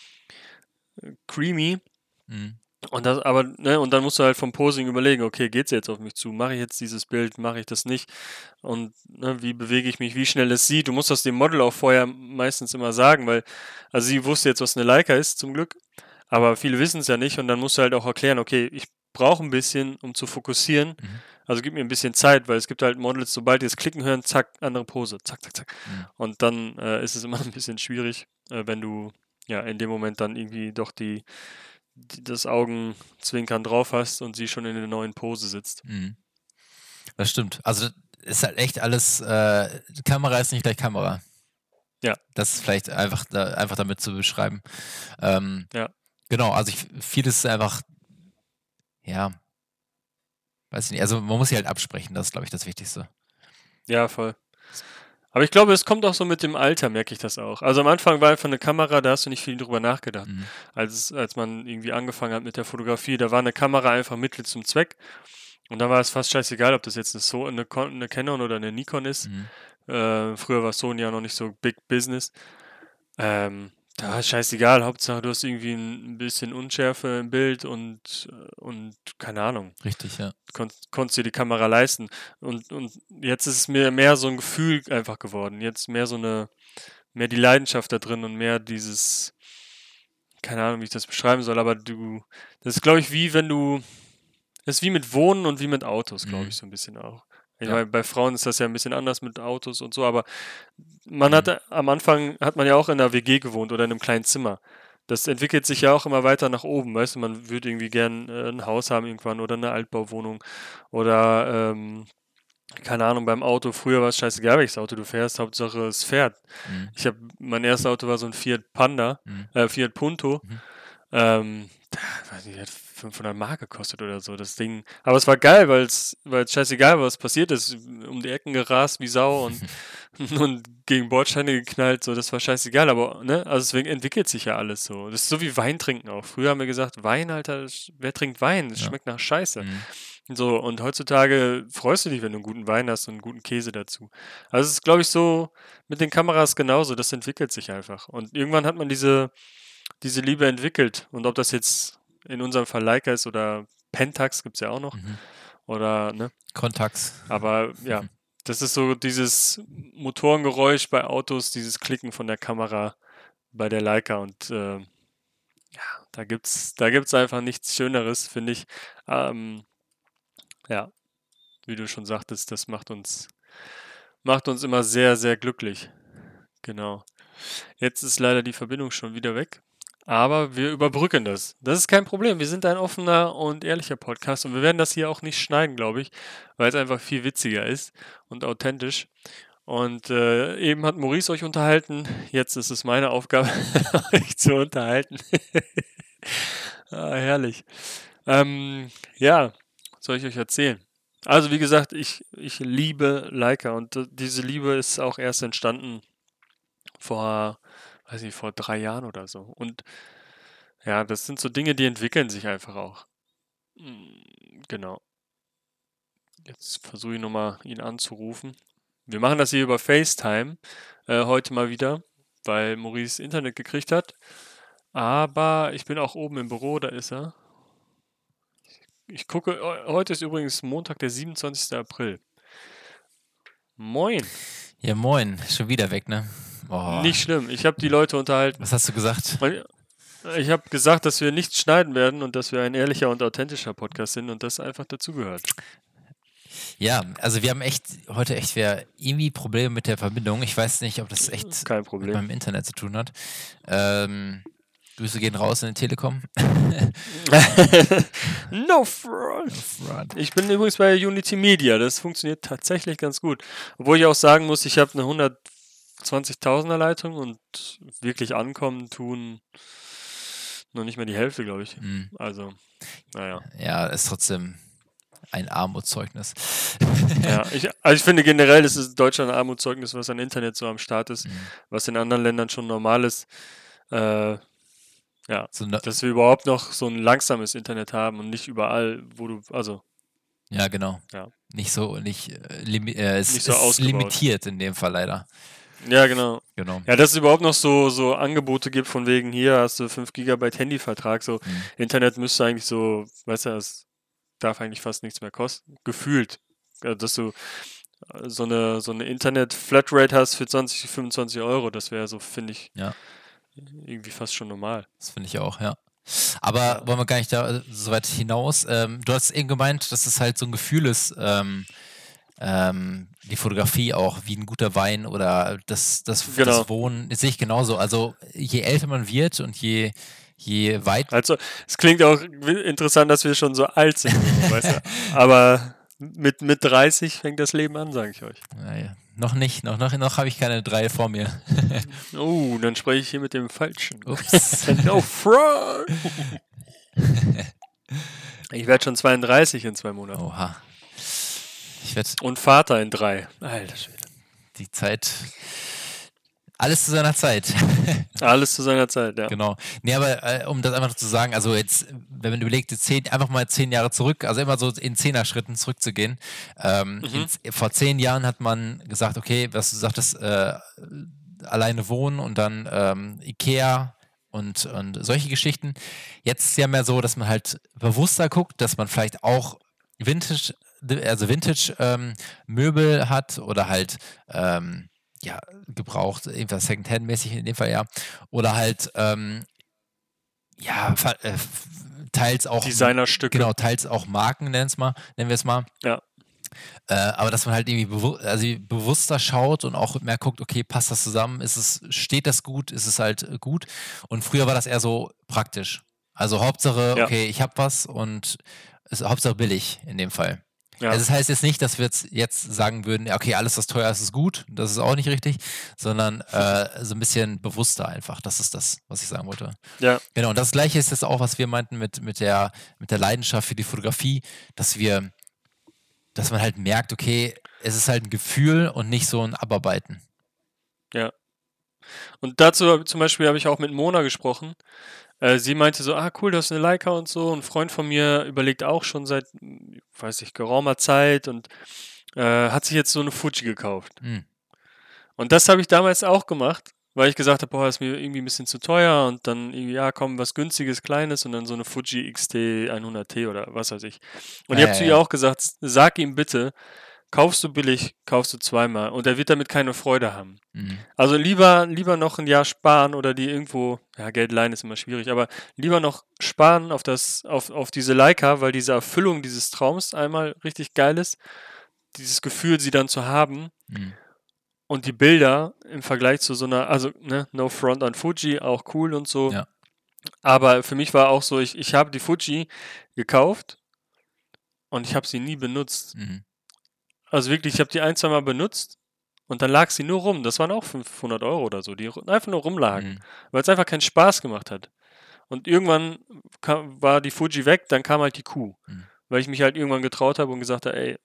creamy. Mhm. Und das, aber, ne, und dann musst du halt vom Posing überlegen, okay, geht sie jetzt auf mich zu? Mache ich jetzt dieses Bild, mache ich das nicht? Und ne, wie bewege ich mich, wie schnell es sieht? Du musst das dem Model auch vorher meistens immer sagen, weil, also sie wusste jetzt, was eine Leica ist, zum Glück, aber viele wissen es ja nicht und dann musst du halt auch erklären, okay, ich brauche ein bisschen, um zu fokussieren, Mhm. also gib mir ein bisschen Zeit, weil es gibt halt Models, sobald die das Klicken hören, zack, andere Pose, zack, zack, zack. Mhm. Und dann äh, ist es immer ein bisschen schwierig, äh, wenn du ja in dem Moment dann irgendwie doch die die das Augenzwinkern drauf hast und sie schon in der neuen Pose sitzt. Mhm. Das stimmt. Also das ist halt echt alles, äh, Kamera ist nicht gleich Kamera. Ja, Das ist vielleicht einfach, da, einfach damit zu beschreiben. Ähm, ja, genau, also ich, vieles ist einfach, ja, weiß ich nicht. Also man muss sich halt absprechen, das ist, glaube ich, das Wichtigste. ja, voll. Aber ich glaube, es kommt auch so mit dem Alter, merke ich das auch. Also am Anfang war einfach eine Kamera, da hast du nicht viel drüber nachgedacht. Mhm. Als, als man irgendwie angefangen hat mit der Fotografie, da war eine Kamera einfach Mittel zum Zweck. Und dann war es fast scheißegal, ob das jetzt eine, so eine, Con- eine Canon oder eine Nikon ist. Mhm. Äh, früher war Sony ja noch nicht so big business. Ähm, da war es scheißegal, Hauptsache du hast irgendwie ein bisschen Unschärfe im Bild und, äh, und keine Ahnung, Richtig, ja. kon konntest dir die Kamera leisten. Und, und jetzt ist es mir mehr so ein Gefühl einfach geworden. Jetzt mehr so eine, mehr die Leidenschaft da drin und mehr dieses, keine Ahnung, wie ich das beschreiben soll, aber du, das ist, glaube ich, wie wenn du, das ist wie mit Wohnen und wie mit Autos, glaube ich, Mhm. so ein bisschen auch. Ich Ja. meine, bei Frauen ist das ja ein bisschen anders mit Autos und so, aber man Mhm. hat am Anfang hat man ja auch in einer W G gewohnt oder in einem kleinen Zimmer. Das entwickelt sich ja auch immer weiter nach oben, weißt du, man würde irgendwie gern äh, ein Haus haben irgendwann oder eine Altbauwohnung oder ähm, keine Ahnung, beim Auto. Früher war es scheißegal, welches Auto du fährst, Hauptsache es fährt. Mhm. Ich habe, mein erstes Auto war so ein Fiat Panda, Mhm. äh, Fiat Punto. Mhm. Ähm, da, weiß nicht, hat fünfhundert Mark gekostet oder so, das Ding. Aber es war geil, weil es, weil es scheißegal war, was passiert ist. Um die Ecken gerast wie Sau und, und gegen Bordsteine geknallt, so, das war scheißegal. Aber, ne, also deswegen entwickelt sich ja alles so. Das ist so wie Wein trinken auch. Früher haben wir gesagt, Wein, Alter, das- wer trinkt Wein? Das Ja. schmeckt nach Scheiße. Mhm. So, und heutzutage freust du dich, wenn du einen guten Wein hast und einen guten Käse dazu. Also es ist, glaube ich, so mit den Kameras genauso, das entwickelt sich einfach. Und irgendwann hat man diese, diese Liebe entwickelt. Und ob das jetzt in unserem Fall Leica ist oder Pentax gibt es ja auch noch. Mhm. Oder, ne? Kontax. Aber ja, das ist so dieses Motorengeräusch bei Autos, dieses Klicken von der Kamera bei der Leica. Und äh, ja, da gibt's, da gibt's einfach nichts Schöneres, finde ich. Ähm, ja, wie du schon sagtest, das macht uns, macht uns immer sehr, sehr glücklich. Genau. Jetzt ist leider die Verbindung schon wieder weg. Aber wir überbrücken das. Das ist kein Problem. Wir sind ein offener und ehrlicher Podcast und wir werden das hier auch nicht schneiden, glaube ich, weil es einfach viel witziger ist und authentisch. Und äh, eben hat Maurice euch unterhalten. Jetzt ist es meine Aufgabe, euch zu unterhalten. Ah, herrlich. Ähm, ja, was soll ich euch erzählen? Also wie gesagt, ich, ich liebe Leica und äh, diese Liebe ist auch erst entstanden vor, weiß nicht, vor drei Jahren oder so. Und ja, das sind so Dinge, die entwickeln sich einfach auch. Mm, Genau. Jetzt versuche ich nochmal, ihn anzurufen. Wir machen das hier über FaceTime äh, heute mal wieder, weil Maurice Internet gekriegt hat. Aber ich bin auch oben im Büro, da ist er. Ich gucke, äh, heute ist übrigens Montag, der siebenundzwanzigster April. Moin. Ja, moin. Schon wieder weg, ne? Oh, Nicht schlimm. Ich habe die Leute unterhalten. was hast du gesagt? Mein- Ich habe gesagt, dass wir nichts schneiden werden und dass wir ein ehrlicher und authentischer Podcast sind und das einfach dazugehört. Ja, also wir haben echt heute echt wieder irgendwie Probleme mit der Verbindung. Ich weiß nicht, ob das echt Kein mit Problem. meinem Internet zu tun hat. Ähm, Grüße gehen raus in den Telekom. No front. Fraud. Ich bin übrigens bei Unity Media. Das funktioniert tatsächlich ganz gut. Obwohl ich auch sagen muss, ich habe eine hundertzwanzigtausender Leitung und wirklich ankommen tun noch nicht mehr die Hälfte, glaube ich. Hm. Also, naja. Ja, ist trotzdem ein Armutszeugnis. Ja, ich, also ich finde generell, es ist Deutschland ein Armutszeugnis, was an Internet so am Start ist, Hm. was in anderen Ländern schon normal ist. Äh, ja, So, ne, dass wir überhaupt noch so ein langsames Internet haben und nicht überall, wo du, also, ja, genau. ja, Nicht so, nicht, äh, limi äh, es nicht so ist ausgebaut. limitiert in dem Fall leider. Ja, genau. Genau. Ja, dass es überhaupt noch so, so Angebote gibt, von wegen, hier hast du fünf Gigabyte Handyvertrag, so Hm. Internet müsste eigentlich so, weißt du, es darf eigentlich fast nichts mehr kosten, gefühlt. Ja, dass du äh, so eine, so eine Internet-Flatrate hast für zwanzig, fünfundzwanzig Euro, das wäre so, finde ich, Ja, irgendwie fast schon normal. das finde ich auch, ja. Aber Ja. wollen wir gar nicht da äh, so weit hinaus. Ähm, du hast eben gemeint, dass es halt so ein Gefühl ist, ähm, ähm, die Fotografie auch wie ein guter Wein oder das, das, Genau. das Wohnen, das sehe ich genauso. Also je älter man wird und je, je weit. Also, es klingt auch wi- interessant, dass wir schon so alt sind, so, weißt du? Aber mit, mit dreißig fängt das Leben an, sage ich euch. Naja, noch nicht, noch, noch, noch habe ich keine drei vor mir. Oh, dann spreche ich hier mit dem Falschen. Ups. No fraud! Ich werde schon zweiunddreißig in zwei Monaten. Oha. Ich werde Und Vater in drei. Alter Schwede. die Zeit. Alles zu seiner Zeit. Alles zu seiner Zeit, ja. Genau. Nee, aber äh, um das einfach noch zu sagen, also jetzt, wenn man überlegt, jetzt zehn, einfach mal zehn Jahre zurück, also immer so in Zehner-Schritten zurückzugehen. Ähm, Mhm. in, vor zehn Jahren hat man gesagt, okay, was du sagtest, äh, alleine wohnen und dann ähm, Ikea und, und solche Geschichten. Jetzt ist ja mehr so, dass man halt bewusster guckt, dass man vielleicht auch Vintage, also Vintage ähm, Möbel hat oder halt ähm, ja, gebraucht, irgendwas Secondhand-mäßig in dem Fall ja. Oder halt, ähm, ja, fa- äh, f- teils auch, Designerstücke. genau, teils auch Marken, nennen's mal, nennen wir es mal. Ja. Äh, aber dass man halt irgendwie bewu also bewusster schaut und auch mehr guckt, okay, passt das zusammen? Ist es, steht das gut? Ist es halt äh, gut? Und früher war das eher so praktisch. Also Hauptsache, Ja. okay, ich hab was und ist Hauptsache billig in dem Fall. Ja. Also das heißt jetzt nicht, dass wir jetzt, jetzt sagen würden, ja, okay, alles, was teuer ist, ist gut. Das ist auch nicht richtig, sondern äh, so ein bisschen bewusster einfach. Das ist das, was ich sagen wollte. Ja. Genau, und das Gleiche ist jetzt auch, was wir meinten mit, mit, der, mit der Leidenschaft für die Fotografie, dass wir, dass man halt merkt, okay, es ist halt ein Gefühl und nicht so ein Abarbeiten. Ja. Und dazu zum Beispiel habe ich auch mit Mona gesprochen. Äh, sie meinte so, ah cool, du hast eine Leica und so. Ein Freund von mir überlegt auch schon seit, mm, weiß ich, geraumer Zeit und äh, hat sich jetzt so eine Fuji gekauft. Hm. Und das habe ich damals auch gemacht, weil ich gesagt habe, boah, ist mir irgendwie ein bisschen zu teuer und dann irgendwie, ja, komm, was günstiges, kleines und dann so eine Fuji X T hundert T oder was weiß ich. Und ich Ja, habe ja, zu ihr ja. auch gesagt, sag ihm bitte, kaufst du billig, kaufst du zweimal und er wird damit keine Freude haben. Mhm. Also lieber, lieber noch ein Jahr sparen oder die irgendwo, ja, Geld leihen ist immer schwierig, aber lieber noch sparen auf das, auf, auf diese Leica, weil diese Erfüllung dieses Traums einmal richtig geil ist, dieses Gefühl, sie dann zu haben. Mhm. Und die Bilder im Vergleich zu so einer, also, ne, No Front an Fuji, auch cool und so. Ja. Aber für mich war auch so, ich, ich habe die Fuji gekauft und ich habe sie nie benutzt. Mhm. Also wirklich, ich habe die ein, zwei Mal benutzt und dann lag sie nur rum. Das waren auch fünfhundert Euro oder so, die ru- einfach nur rumlagen, Mhm. weil es einfach keinen Spaß gemacht hat. Und irgendwann kam, war die Fuji weg, dann kam halt die Kuh. Mhm. Weil ich mich halt irgendwann getraut habe und gesagt habe, ey,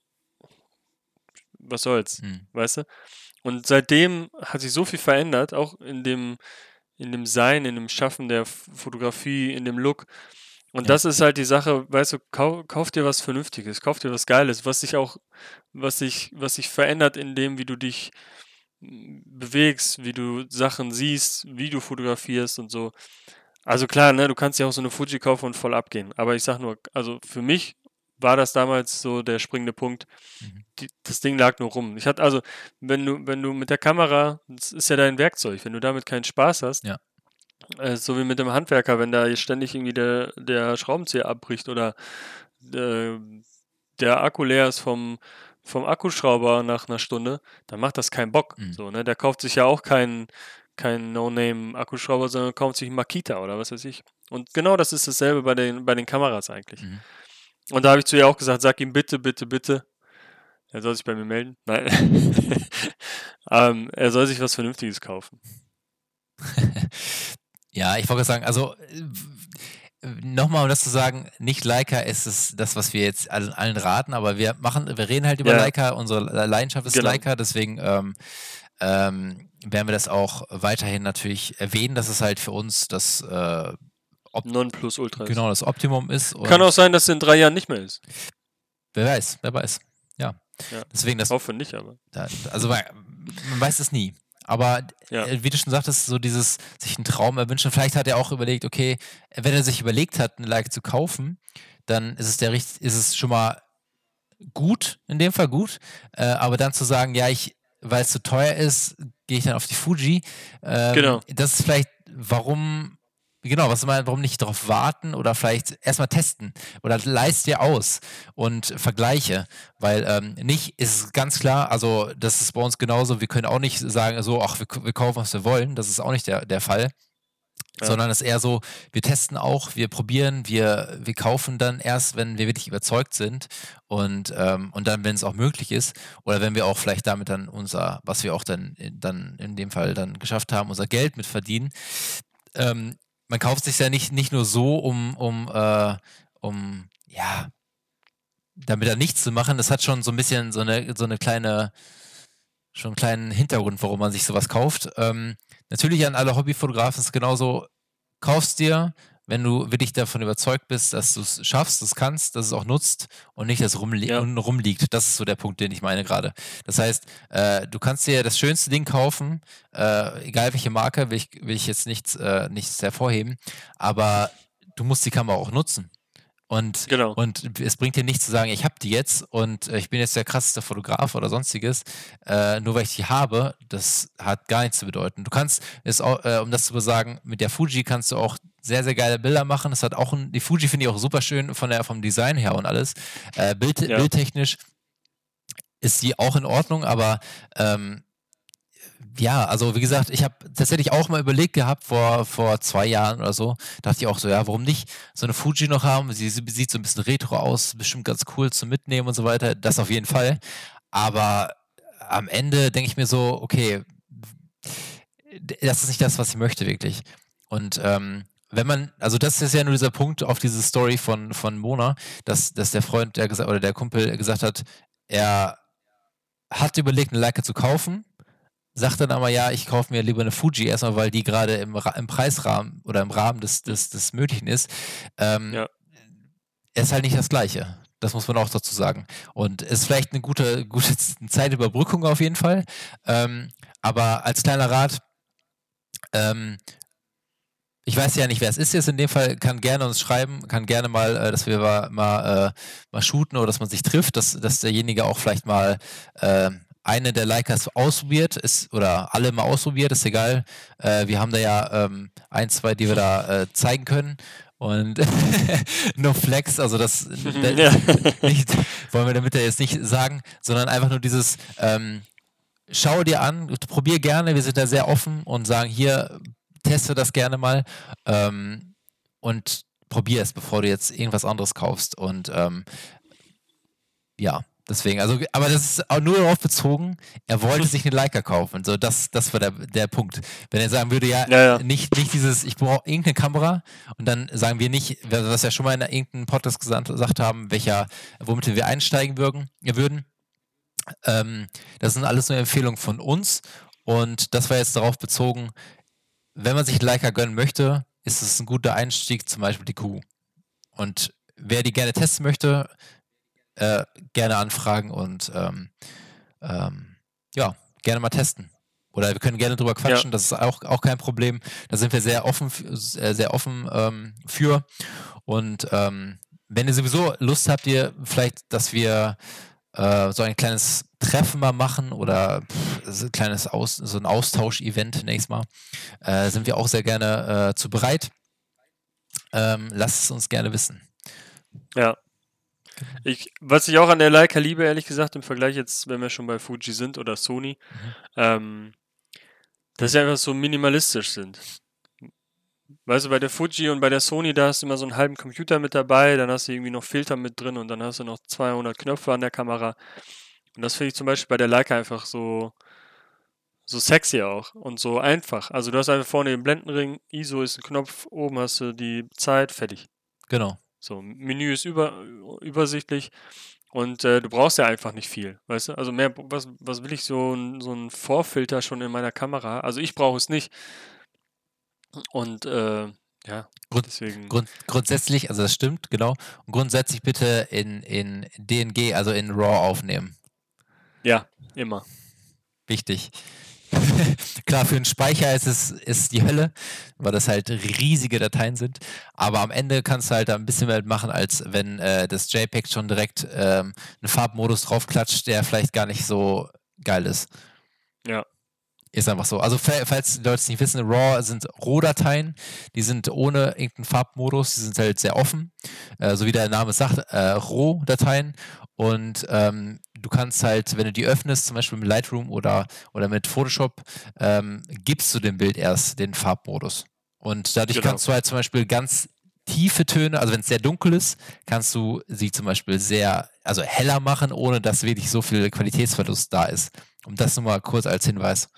was soll's, Mhm. weißt du? Und seitdem hat sich so viel verändert, auch in dem, in dem Sein, in dem Schaffen der F- Fotografie, in dem Look. Und Ja. das ist halt die Sache, weißt du, kau, kauf dir was Vernünftiges, kauf dir was Geiles, was sich auch, was sich, was sich verändert in dem, wie du dich mm, bewegst, wie du Sachen siehst, wie du fotografierst und so. Also klar, ne, du kannst dir auch so eine Fuji kaufen und voll abgehen. Aber ich sag nur, also für mich war das damals so der springende Punkt. Mhm. Die, das Ding lag nur rum. Ich hatte also, wenn du, wenn du mit der Kamera, das ist ja dein Werkzeug, wenn du damit keinen Spaß hast, Ja. äh, so wie mit dem Handwerker, wenn da ständig irgendwie der, der Schraubenzieher abbricht oder äh, der Akku leer ist vom, vom Akkuschrauber nach einer Stunde, dann macht das keinen Bock. Mhm. So, ne? Der kauft sich ja auch keinen keinen No-Name-Akkuschrauber, sondern kauft sich einen Makita oder was weiß ich. Und genau das ist dasselbe bei den, bei den Kameras eigentlich. Mhm. Und da habe ich zu ihr auch gesagt, sag ihm bitte, bitte, bitte, er soll sich bei mir melden. Nein. ähm, er soll sich was Vernünftiges kaufen. Ja, ich wollte sagen, also äh, nochmal, um das zu sagen, nicht Leica ist es das, was wir jetzt allen, allen raten, aber wir machen, wir reden halt über Ja, Leica, unsere Leidenschaft ist genau. Leica, deswegen ähm, ähm, werden wir das auch weiterhin natürlich erwähnen, dass es halt für uns das äh, Op- Nonplusultra ist. genau das Optimum ist. Kann auch Und sein, dass es in drei Jahren nicht mehr ist. wer weiß, wer weiß. Ja, Ja, deswegen das, hoffe nicht, aber. da- also man man weiß es nie. Aber Ja. äh, wie du schon sagtest, so dieses sich einen Traum erwünschen. Vielleicht hat er auch überlegt, okay, wenn er sich überlegt hat, eine Leica zu kaufen, dann ist es der richt- ist es schon mal gut, in dem Fall gut. Äh, aber dann zu sagen, ja, ich, weil es zu teuer ist, gehe ich dann auf die Fuji. Ähm, Genau. Das ist vielleicht, warum, genau, was meinst, warum nicht darauf warten oder vielleicht erstmal testen oder leist dir aus und vergleiche, weil ähm, nicht ist es ganz klar, also das ist bei uns genauso, wir können auch nicht sagen, so, ach, wir, wir kaufen, was wir wollen, das ist auch nicht der, der Fall. Ja. Sondern es ist eher so, wir testen auch, wir probieren, wir, wir kaufen dann erst, wenn wir wirklich überzeugt sind und, ähm, und dann, wenn es auch möglich ist oder wenn wir auch vielleicht damit dann unser, was wir auch dann, dann in dem Fall dann geschafft haben, unser Geld mit verdienen. Ähm, man kauft sich ja nicht, nicht nur so, um, um, äh, um, ja, damit da nichts zu machen. Das hat schon so ein bisschen so eine, so eine kleine, schon einen kleinen Hintergrund, warum man sich sowas kauft. Ähm, natürlich an alle Hobbyfotografen ist es genauso, kaufst dir, wenn du wirklich davon überzeugt bist, dass du es schaffst, es kannst, dass es auch nutzt und nicht, dass es rumli Ja. und rumliegt. Das ist so der Punkt, den ich meine gerade. Das heißt, äh, du kannst dir das schönste Ding kaufen, äh, egal welche Marke, will ich, will ich jetzt nichts, äh, nichts hervorheben, aber du musst die Kamera auch nutzen. Und, Genau. und es bringt dir nichts zu sagen, ich habe die jetzt und äh, ich bin jetzt der krasseste Fotograf oder sonstiges, äh, nur weil ich die habe, das hat gar nichts zu bedeuten. Du kannst es auch, äh, um das zu sagen, mit der Fuji kannst du auch sehr, sehr geile Bilder machen. Das hat auch ein, die Fuji finde ich auch super schön von der, vom Design her und alles. Äh, Bild, Ja. Bildtechnisch ist die auch in Ordnung, aber ähm, ja, also wie gesagt, ich habe tatsächlich auch mal überlegt gehabt, vor, vor zwei Jahren oder so, dachte ich auch so, ja, warum nicht so eine Fuji noch haben? Sie, sie sieht so ein bisschen retro aus, bestimmt ganz cool zum Mitnehmen und so weiter, das auf jeden Fall. Aber am Ende denke ich mir so, okay, das ist nicht das, was ich möchte wirklich. Und ähm, wenn man, also das ist ja nur dieser Punkt auf diese Story von, von Mona, dass, dass der Freund der gesagt, oder der Kumpel gesagt hat, er hat überlegt, eine Leica zu kaufen, sagt dann aber, ja, ich kaufe mir lieber eine Fuji erstmal, weil die gerade im, Ra- im Preisrahmen oder im Rahmen des, des, des Möglichen ist. Ähm, Ja. ist halt nicht das Gleiche. Das muss man auch dazu sagen. Und ist vielleicht eine gute, gute Zeitüberbrückung auf jeden Fall. Ähm, aber als kleiner Rat, ähm, ich weiß ja nicht, wer es ist jetzt in dem Fall, kann gerne uns schreiben, kann gerne mal, äh, dass wir mal, mal, äh, mal shooten oder dass man sich trifft, dass, dass derjenige auch vielleicht mal äh, eine der Leicas ausprobiert ist oder alle mal ausprobiert, ist egal. Äh, wir haben da ja ähm, ein, zwei, die wir da äh, zeigen können. Und no flex, also das, das Ja. nicht, wollen wir damit ja jetzt nicht sagen, sondern einfach nur dieses ähm, schau dir an, probier gerne, wir sind da sehr offen und sagen hier, teste das gerne mal ähm, und probier es, bevor du jetzt irgendwas anderes kaufst. Und ähm, ja, deswegen, also, aber das ist auch nur darauf bezogen, er wollte sich eine Leica kaufen. So, das, das war der, der Punkt. Wenn er sagen würde, ja, Ja, ja. nicht, nicht dieses, ich brauche irgendeine Kamera und dann sagen wir nicht, was wir schon mal in irgendeinem Podcast gesagt, gesagt haben, welcher, womit wir einsteigen würden, würden. Ähm, das sind alles nur Empfehlungen von uns und das war jetzt darauf bezogen, wenn man sich Leica gönnen möchte, ist es ein guter Einstieg, zum Beispiel die Q. Und wer die gerne testen möchte, äh, gerne anfragen und ähm, ähm, ja, gerne mal testen. Oder wir können gerne drüber quatschen, ja. Das ist auch, auch kein Problem. Da sind wir sehr offen, sehr offen ähm, für. Und ähm, wenn ihr sowieso Lust habt, ihr vielleicht, dass wir äh, so ein kleines Treffen mal machen oder pff, so ein kleines Aus, so ein Austausch-Event nächstes Mal, äh, sind wir auch sehr gerne äh, zu bereit. Ähm, lasst es uns gerne wissen. Ja. Ich, was ich auch an der Leica liebe, ehrlich gesagt, im Vergleich jetzt, wenn wir schon bei Fuji sind oder Sony, mhm. ähm, dass sie einfach so minimalistisch sind. Weißt du, bei der Fuji und bei der Sony, da hast du immer so einen halben Computer mit dabei, dann hast du irgendwie noch Filter mit drin und dann hast du noch zweihundert Knöpfe an der Kamera. Und das finde ich zum Beispiel bei der Leica einfach so, so sexy auch und so einfach. Also du hast einfach vorne den Blendenring, I S O ist ein Knopf, oben hast du die Zeit, fertig. Genau. So, Menü ist über, übersichtlich und äh, du brauchst ja einfach nicht viel, weißt du? Also mehr, was, was will ich so, ein, so ein Vorfilter schon in meiner Kamera? Also ich brauche es nicht. Und äh, ja, Grund, deswegen. Grund, grundsätzlich, also das stimmt, genau. Und grundsätzlich bitte in, in D N G, also in RAW aufnehmen. Ja, immer. Wichtig. Klar, für einen Speicher ist es ist die Hölle, weil das halt riesige Dateien sind. Aber am Ende kannst du halt da ein bisschen mehr machen, als wenn äh, das JPEG schon direkt ähm, einen Farbmodus draufklatscht, der vielleicht gar nicht so geil ist. Ja. Ist einfach so. Also falls die Leute es nicht wissen, RAW sind Rohdateien, die sind ohne irgendeinen Farbmodus, die sind halt sehr offen, äh, so wie der Name sagt, äh, Rohdateien. Und ähm, du kannst halt, wenn du die öffnest, zum Beispiel mit Lightroom oder, oder mit Photoshop, ähm, gibst du dem Bild erst den Farbmodus. Und dadurch genau. kannst du halt zum Beispiel ganz tiefe Töne, also wenn es sehr dunkel ist, kannst du sie zum Beispiel sehr, also heller machen, ohne dass wirklich so viel Qualitätsverlust da ist. Um das nur mal kurz als Hinweis.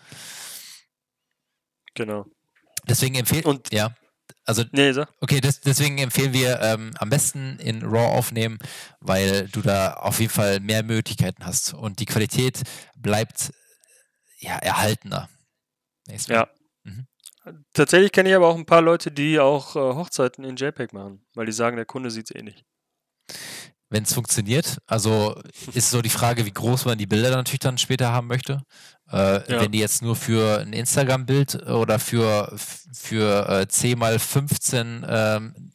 Genau. Deswegen empfehlen und ja, also nee, sag. Okay, das, deswegen empfehlen wir ähm, am besten in RAW aufnehmen, weil du da auf jeden Fall mehr Möglichkeiten hast und die Qualität bleibt ja erhaltener. Ja. Mhm. Tatsächlich kenne ich aber auch ein paar Leute, die auch äh, Hochzeiten in JPEG machen, weil die sagen, der Kunde sieht es eh nicht. Wenn es funktioniert, also ist so die Frage, wie groß man die Bilder natürlich dann später haben möchte. Äh, ja. Wenn die jetzt nur für ein Instagram-Bild oder für, für äh, zehn mal fünfzehn ähm,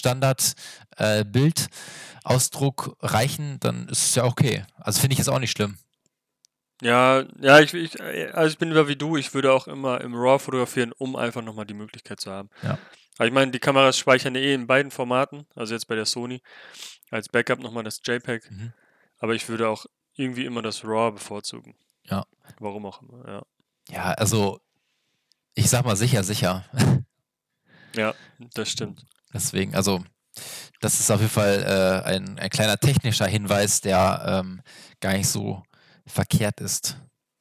Standard-Bildausdruck äh, reichen, dann ist es ja okay. Also finde ich es auch nicht schlimm. Ja, ja, ich, ich, also ich bin wieder wie du, ich würde auch immer im RAW fotografieren, um einfach nochmal die Möglichkeit zu haben. Ja. Aber ich meine, die Kameras speichern eh in beiden Formaten, also jetzt bei der Sony, als Backup nochmal das JPEG. Mhm. Aber ich würde auch irgendwie immer das RAW bevorzugen. Ja. Warum auch immer, ja. Ja, also ich sag mal sicher, sicher. Ja, das stimmt. Deswegen, also das ist auf jeden Fall äh, ein, ein kleiner technischer Hinweis, der ähm, gar nicht so verkehrt ist.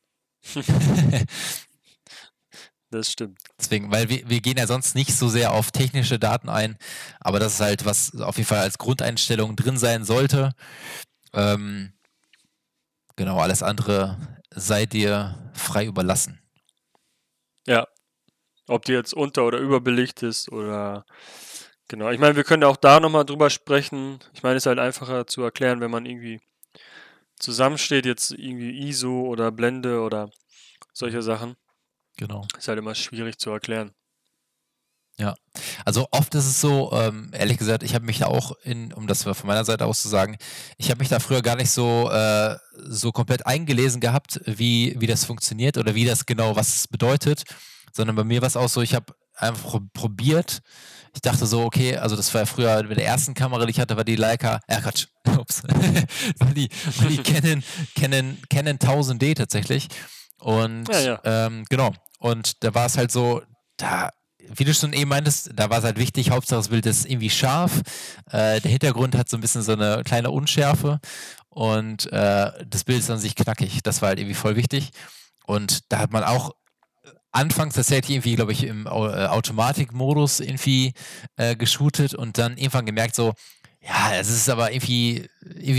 Das stimmt. Deswegen, weil wir, wir gehen ja sonst nicht so sehr auf technische Daten ein, aber das ist halt, was auf jeden Fall als Grundeinstellung drin sein sollte. Ähm, genau, alles andere sei dir frei überlassen. Ja, ob die jetzt unter- oder überbelichtet ist oder genau. Ich meine, wir können auch da nochmal drüber sprechen. Ich meine, es ist halt einfacher zu erklären, wenn man irgendwie zusammensteht, jetzt irgendwie I S O oder Blende oder solche Sachen. Genau. Ist halt immer schwierig zu erklären. Ja, also oft ist es so, ähm, ehrlich gesagt, ich habe mich da auch, in, um das von meiner Seite aus zu sagen, ich habe mich da früher gar nicht so, äh, so komplett eingelesen gehabt, wie, wie das funktioniert oder wie das genau, was es bedeutet, sondern bei mir war es auch so, ich habe einfach probiert. Ich dachte so, okay, also das war ja früher mit der ersten Kamera, die ich hatte, war die Leica, äh Quatsch, ups, war die, war die Canon, Canon, Canon tausend D tatsächlich. Und ja, ja. Ähm, genau, und da war es halt so, da wie du schon eben meintest, da war es halt wichtig, Hauptsache das Bild ist irgendwie scharf, äh, der Hintergrund hat so ein bisschen so eine kleine Unschärfe und äh, das Bild ist an sich knackig, das war halt irgendwie voll wichtig und da hat man auch anfangs tatsächlich irgendwie, glaube ich, im äh, Automatikmodus irgendwie äh, geshootet und dann irgendwann gemerkt so, ja, es ist aber irgendwie, irgendwie so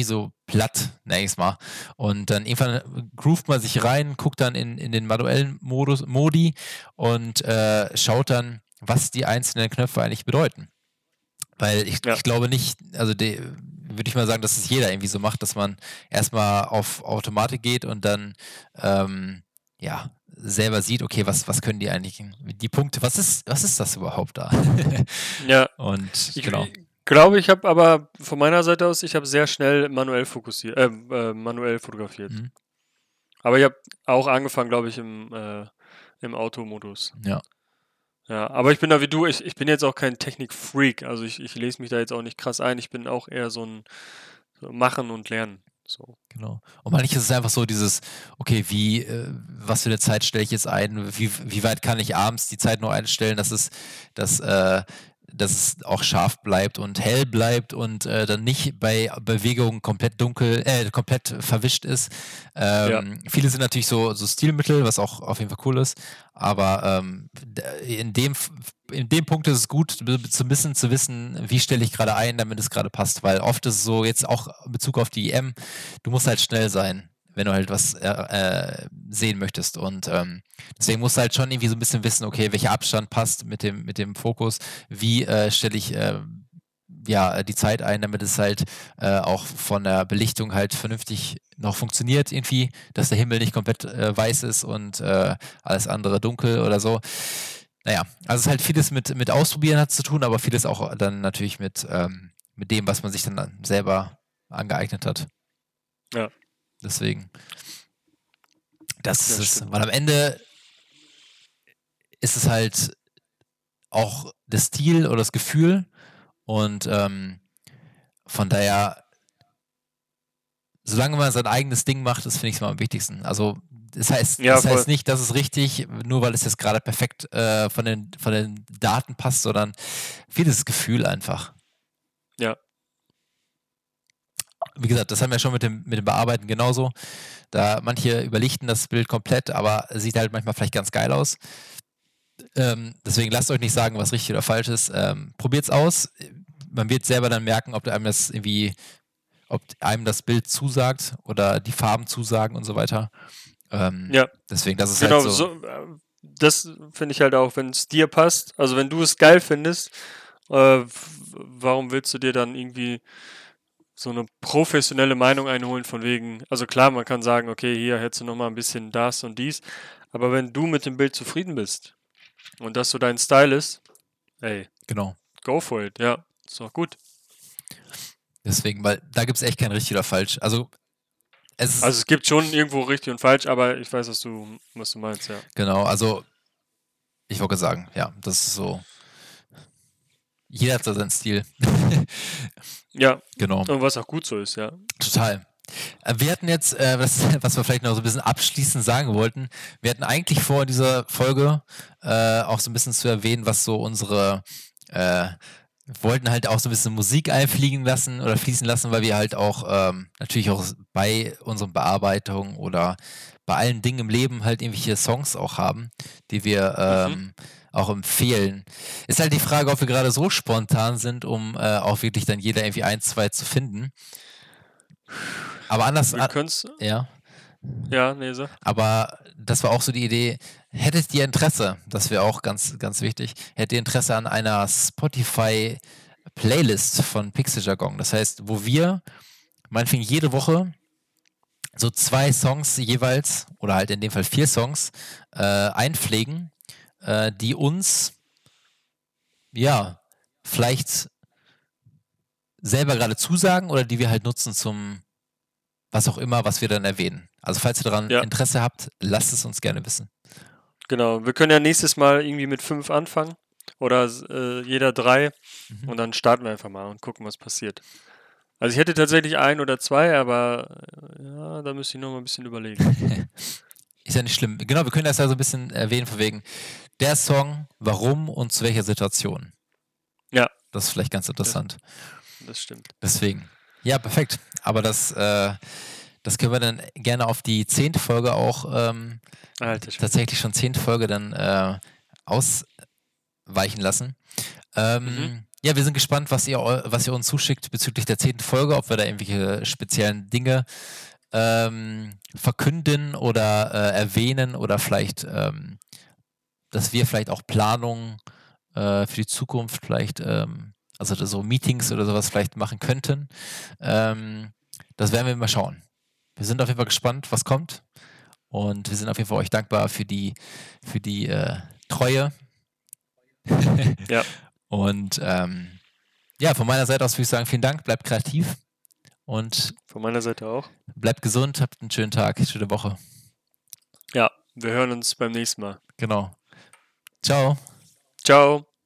platt, nächstes Mal. Und dann irgendwann groovt man sich rein, guckt dann in, in den manuellen Modus, Modi und äh, schaut dann, was die einzelnen Knöpfe eigentlich bedeuten. Weil ich, Ja. ich glaube nicht, also die, würde ich mal sagen, dass es jeder irgendwie so macht, dass man erstmal auf Automatik geht und dann ähm, ja, selber sieht, okay, was, was können die eigentlich, die Punkte, was ist, was ist das überhaupt da? Ja. Und Ich genau. glaube, ich habe aber von meiner Seite aus, ich habe sehr schnell manuell fokussiert, äh, äh, manuell fotografiert. Mhm. Aber ich habe auch angefangen, glaube ich, im, äh, im Automodus. Ja. Ja, aber ich bin da wie du, ich, ich bin jetzt auch kein Technik-Freak, also ich, ich lese mich da jetzt auch nicht krass ein, ich bin auch eher so ein so Machen und Lernen. So. Genau. Und manchmal ist es einfach so dieses, okay, wie, äh, was für eine Zeit stelle ich jetzt ein, wie, wie weit kann ich abends die Zeit noch einstellen, dass es, dass, äh, dass es auch scharf bleibt und hell bleibt und äh, dann nicht bei Bewegungen komplett dunkel, äh, komplett verwischt ist. Ähm, ja. Viele sind natürlich so, so Stilmittel, was auch auf jeden Fall cool ist, aber ähm, in dem in dem Punkt ist es gut, zu ein bisschen zu wissen, wie stelle ich gerade ein, damit es gerade passt, weil oft ist es so, jetzt auch in Bezug auf die E M, du musst halt schnell sein, wenn du halt was äh, äh, sehen möchtest und ähm, deswegen musst du halt schon irgendwie so ein bisschen wissen, okay, welcher Abstand passt mit dem, mit dem Fokus, wie äh, stelle ich äh, ja, die Zeit ein, damit es halt äh, auch von der Belichtung halt vernünftig noch funktioniert irgendwie, dass der Himmel nicht komplett äh, weiß ist und äh, alles andere dunkel oder so. Naja, also es ist halt vieles mit, mit Ausprobieren hat zu tun, aber vieles auch dann natürlich mit, ähm, mit dem, was man sich dann selber angeeignet hat. Ja. Deswegen. Das Ja, ist es. stimmt. Weil am Ende ist es halt auch der Stil oder das Gefühl und ähm, von daher, solange man sein eigenes Ding macht, das finde ich mal am wichtigsten. Also das heißt, Ja, das voll. heißt nicht, dass es richtig, nur weil es jetzt gerade perfekt äh, von, den, von den Daten passt, sondern vieles Gefühl einfach. Ja. Wie gesagt, das haben wir schon mit dem, mit dem Bearbeiten genauso. Da manche überlichten das Bild komplett, aber sieht halt manchmal vielleicht ganz geil aus. Ähm, deswegen lasst euch nicht sagen, was richtig oder falsch ist. Ähm, probiert's aus. Man wird selber dann merken, ob einem das irgendwie, ob einem das Bild zusagt oder die Farben zusagen und so weiter. Ähm, ja. Deswegen, das ist genau, halt so. so das finde ich halt auch, wenn es dir passt. Also wenn du es geil findest, äh, warum willst du dir dann irgendwie so eine professionelle Meinung einholen von wegen, also klar, man kann sagen, okay, hier hättest du noch mal ein bisschen das und dies, aber wenn du mit dem Bild zufrieden bist und das so dein Style ist, ey, genau. Go for it, ja, ist doch gut. Deswegen, weil da gibt es echt kein richtig oder falsch. Also es ist, also es gibt schon irgendwo richtig und falsch, aber ich weiß, was du, was du meinst, ja. Genau, also ich wollte sagen, ja, das ist so. Jeder hat so seinen Stil. ja, genau. Und was auch gut so ist, ja. Total. Wir hatten jetzt, äh, was, was wir vielleicht noch so ein bisschen abschließend sagen wollten, wir hatten eigentlich vor, in dieser Folge äh, auch so ein bisschen zu erwähnen, was so unsere, äh, wollten halt auch so ein bisschen Musik einfliegen lassen oder fließen lassen, weil wir halt auch ähm, natürlich auch bei unseren Bearbeitungen oder bei allen Dingen im Leben halt irgendwelche Songs auch haben, die wir ähm, mhm. auch empfehlen. Ist halt die Frage, ob wir gerade so spontan sind, um äh, auch wirklich dann jeder irgendwie ein, zwei zu finden. Aber anders. Wir können's. Ja. Ja, nee, so. Aber das war auch so die Idee. Hättet ihr Interesse, das wäre auch ganz, ganz wichtig, hättet ihr Interesse an einer Spotify-Playlist von Pixeljargon? Das heißt, wo wir meinetwegen jede Woche so zwei Songs jeweils, oder halt in dem Fall vier Songs, äh, einpflegen, äh, die uns, ja, vielleicht selber gerade zusagen oder die wir halt nutzen zum was auch immer, was wir dann erwähnen. Also falls ihr daran ja. Interesse habt, lasst es uns gerne wissen. Genau, wir können ja nächstes Mal irgendwie mit fünf anfangen oder äh, jeder drei mhm. und dann starten wir einfach mal und gucken, was passiert. Also ich hätte tatsächlich ein oder zwei, aber ja, da müsste ich noch mal ein bisschen überlegen. Ist ja nicht schlimm. Genau, wir können das ja so ein bisschen erwähnen, von wegen der Song, warum und zu welcher Situation. Ja. Das ist vielleicht ganz interessant. Das, das stimmt. Deswegen. Ja, perfekt. Aber das, äh, das können wir dann gerne auf die zehnte Folge auch ähm, Alter, tatsächlich schon zehnte Folge dann äh, ausweichen lassen. Ähm, mhm. ja, wir sind gespannt, was ihr, eu- was ihr uns zuschickt bezüglich der zehnten Folge, ob wir da irgendwelche speziellen Dinge ähm, verkünden oder äh, erwähnen oder vielleicht, ähm, dass wir vielleicht auch Planungen äh, für die Zukunft vielleicht, ähm, also so Meetings oder sowas vielleicht machen könnten. Ähm, das werden wir mal schauen. Wir sind auf jeden Fall gespannt, was kommt. Und wir sind auf jeden Fall euch dankbar für die, für die äh, Treue. Ja, Und ähm, ja, von meiner Seite aus würde ich sagen, vielen Dank, bleibt kreativ und von meiner Seite auch. bleibt gesund, habt einen schönen Tag, schöne Woche. Ja, wir hören uns beim nächsten Mal. Genau. Ciao. Ciao.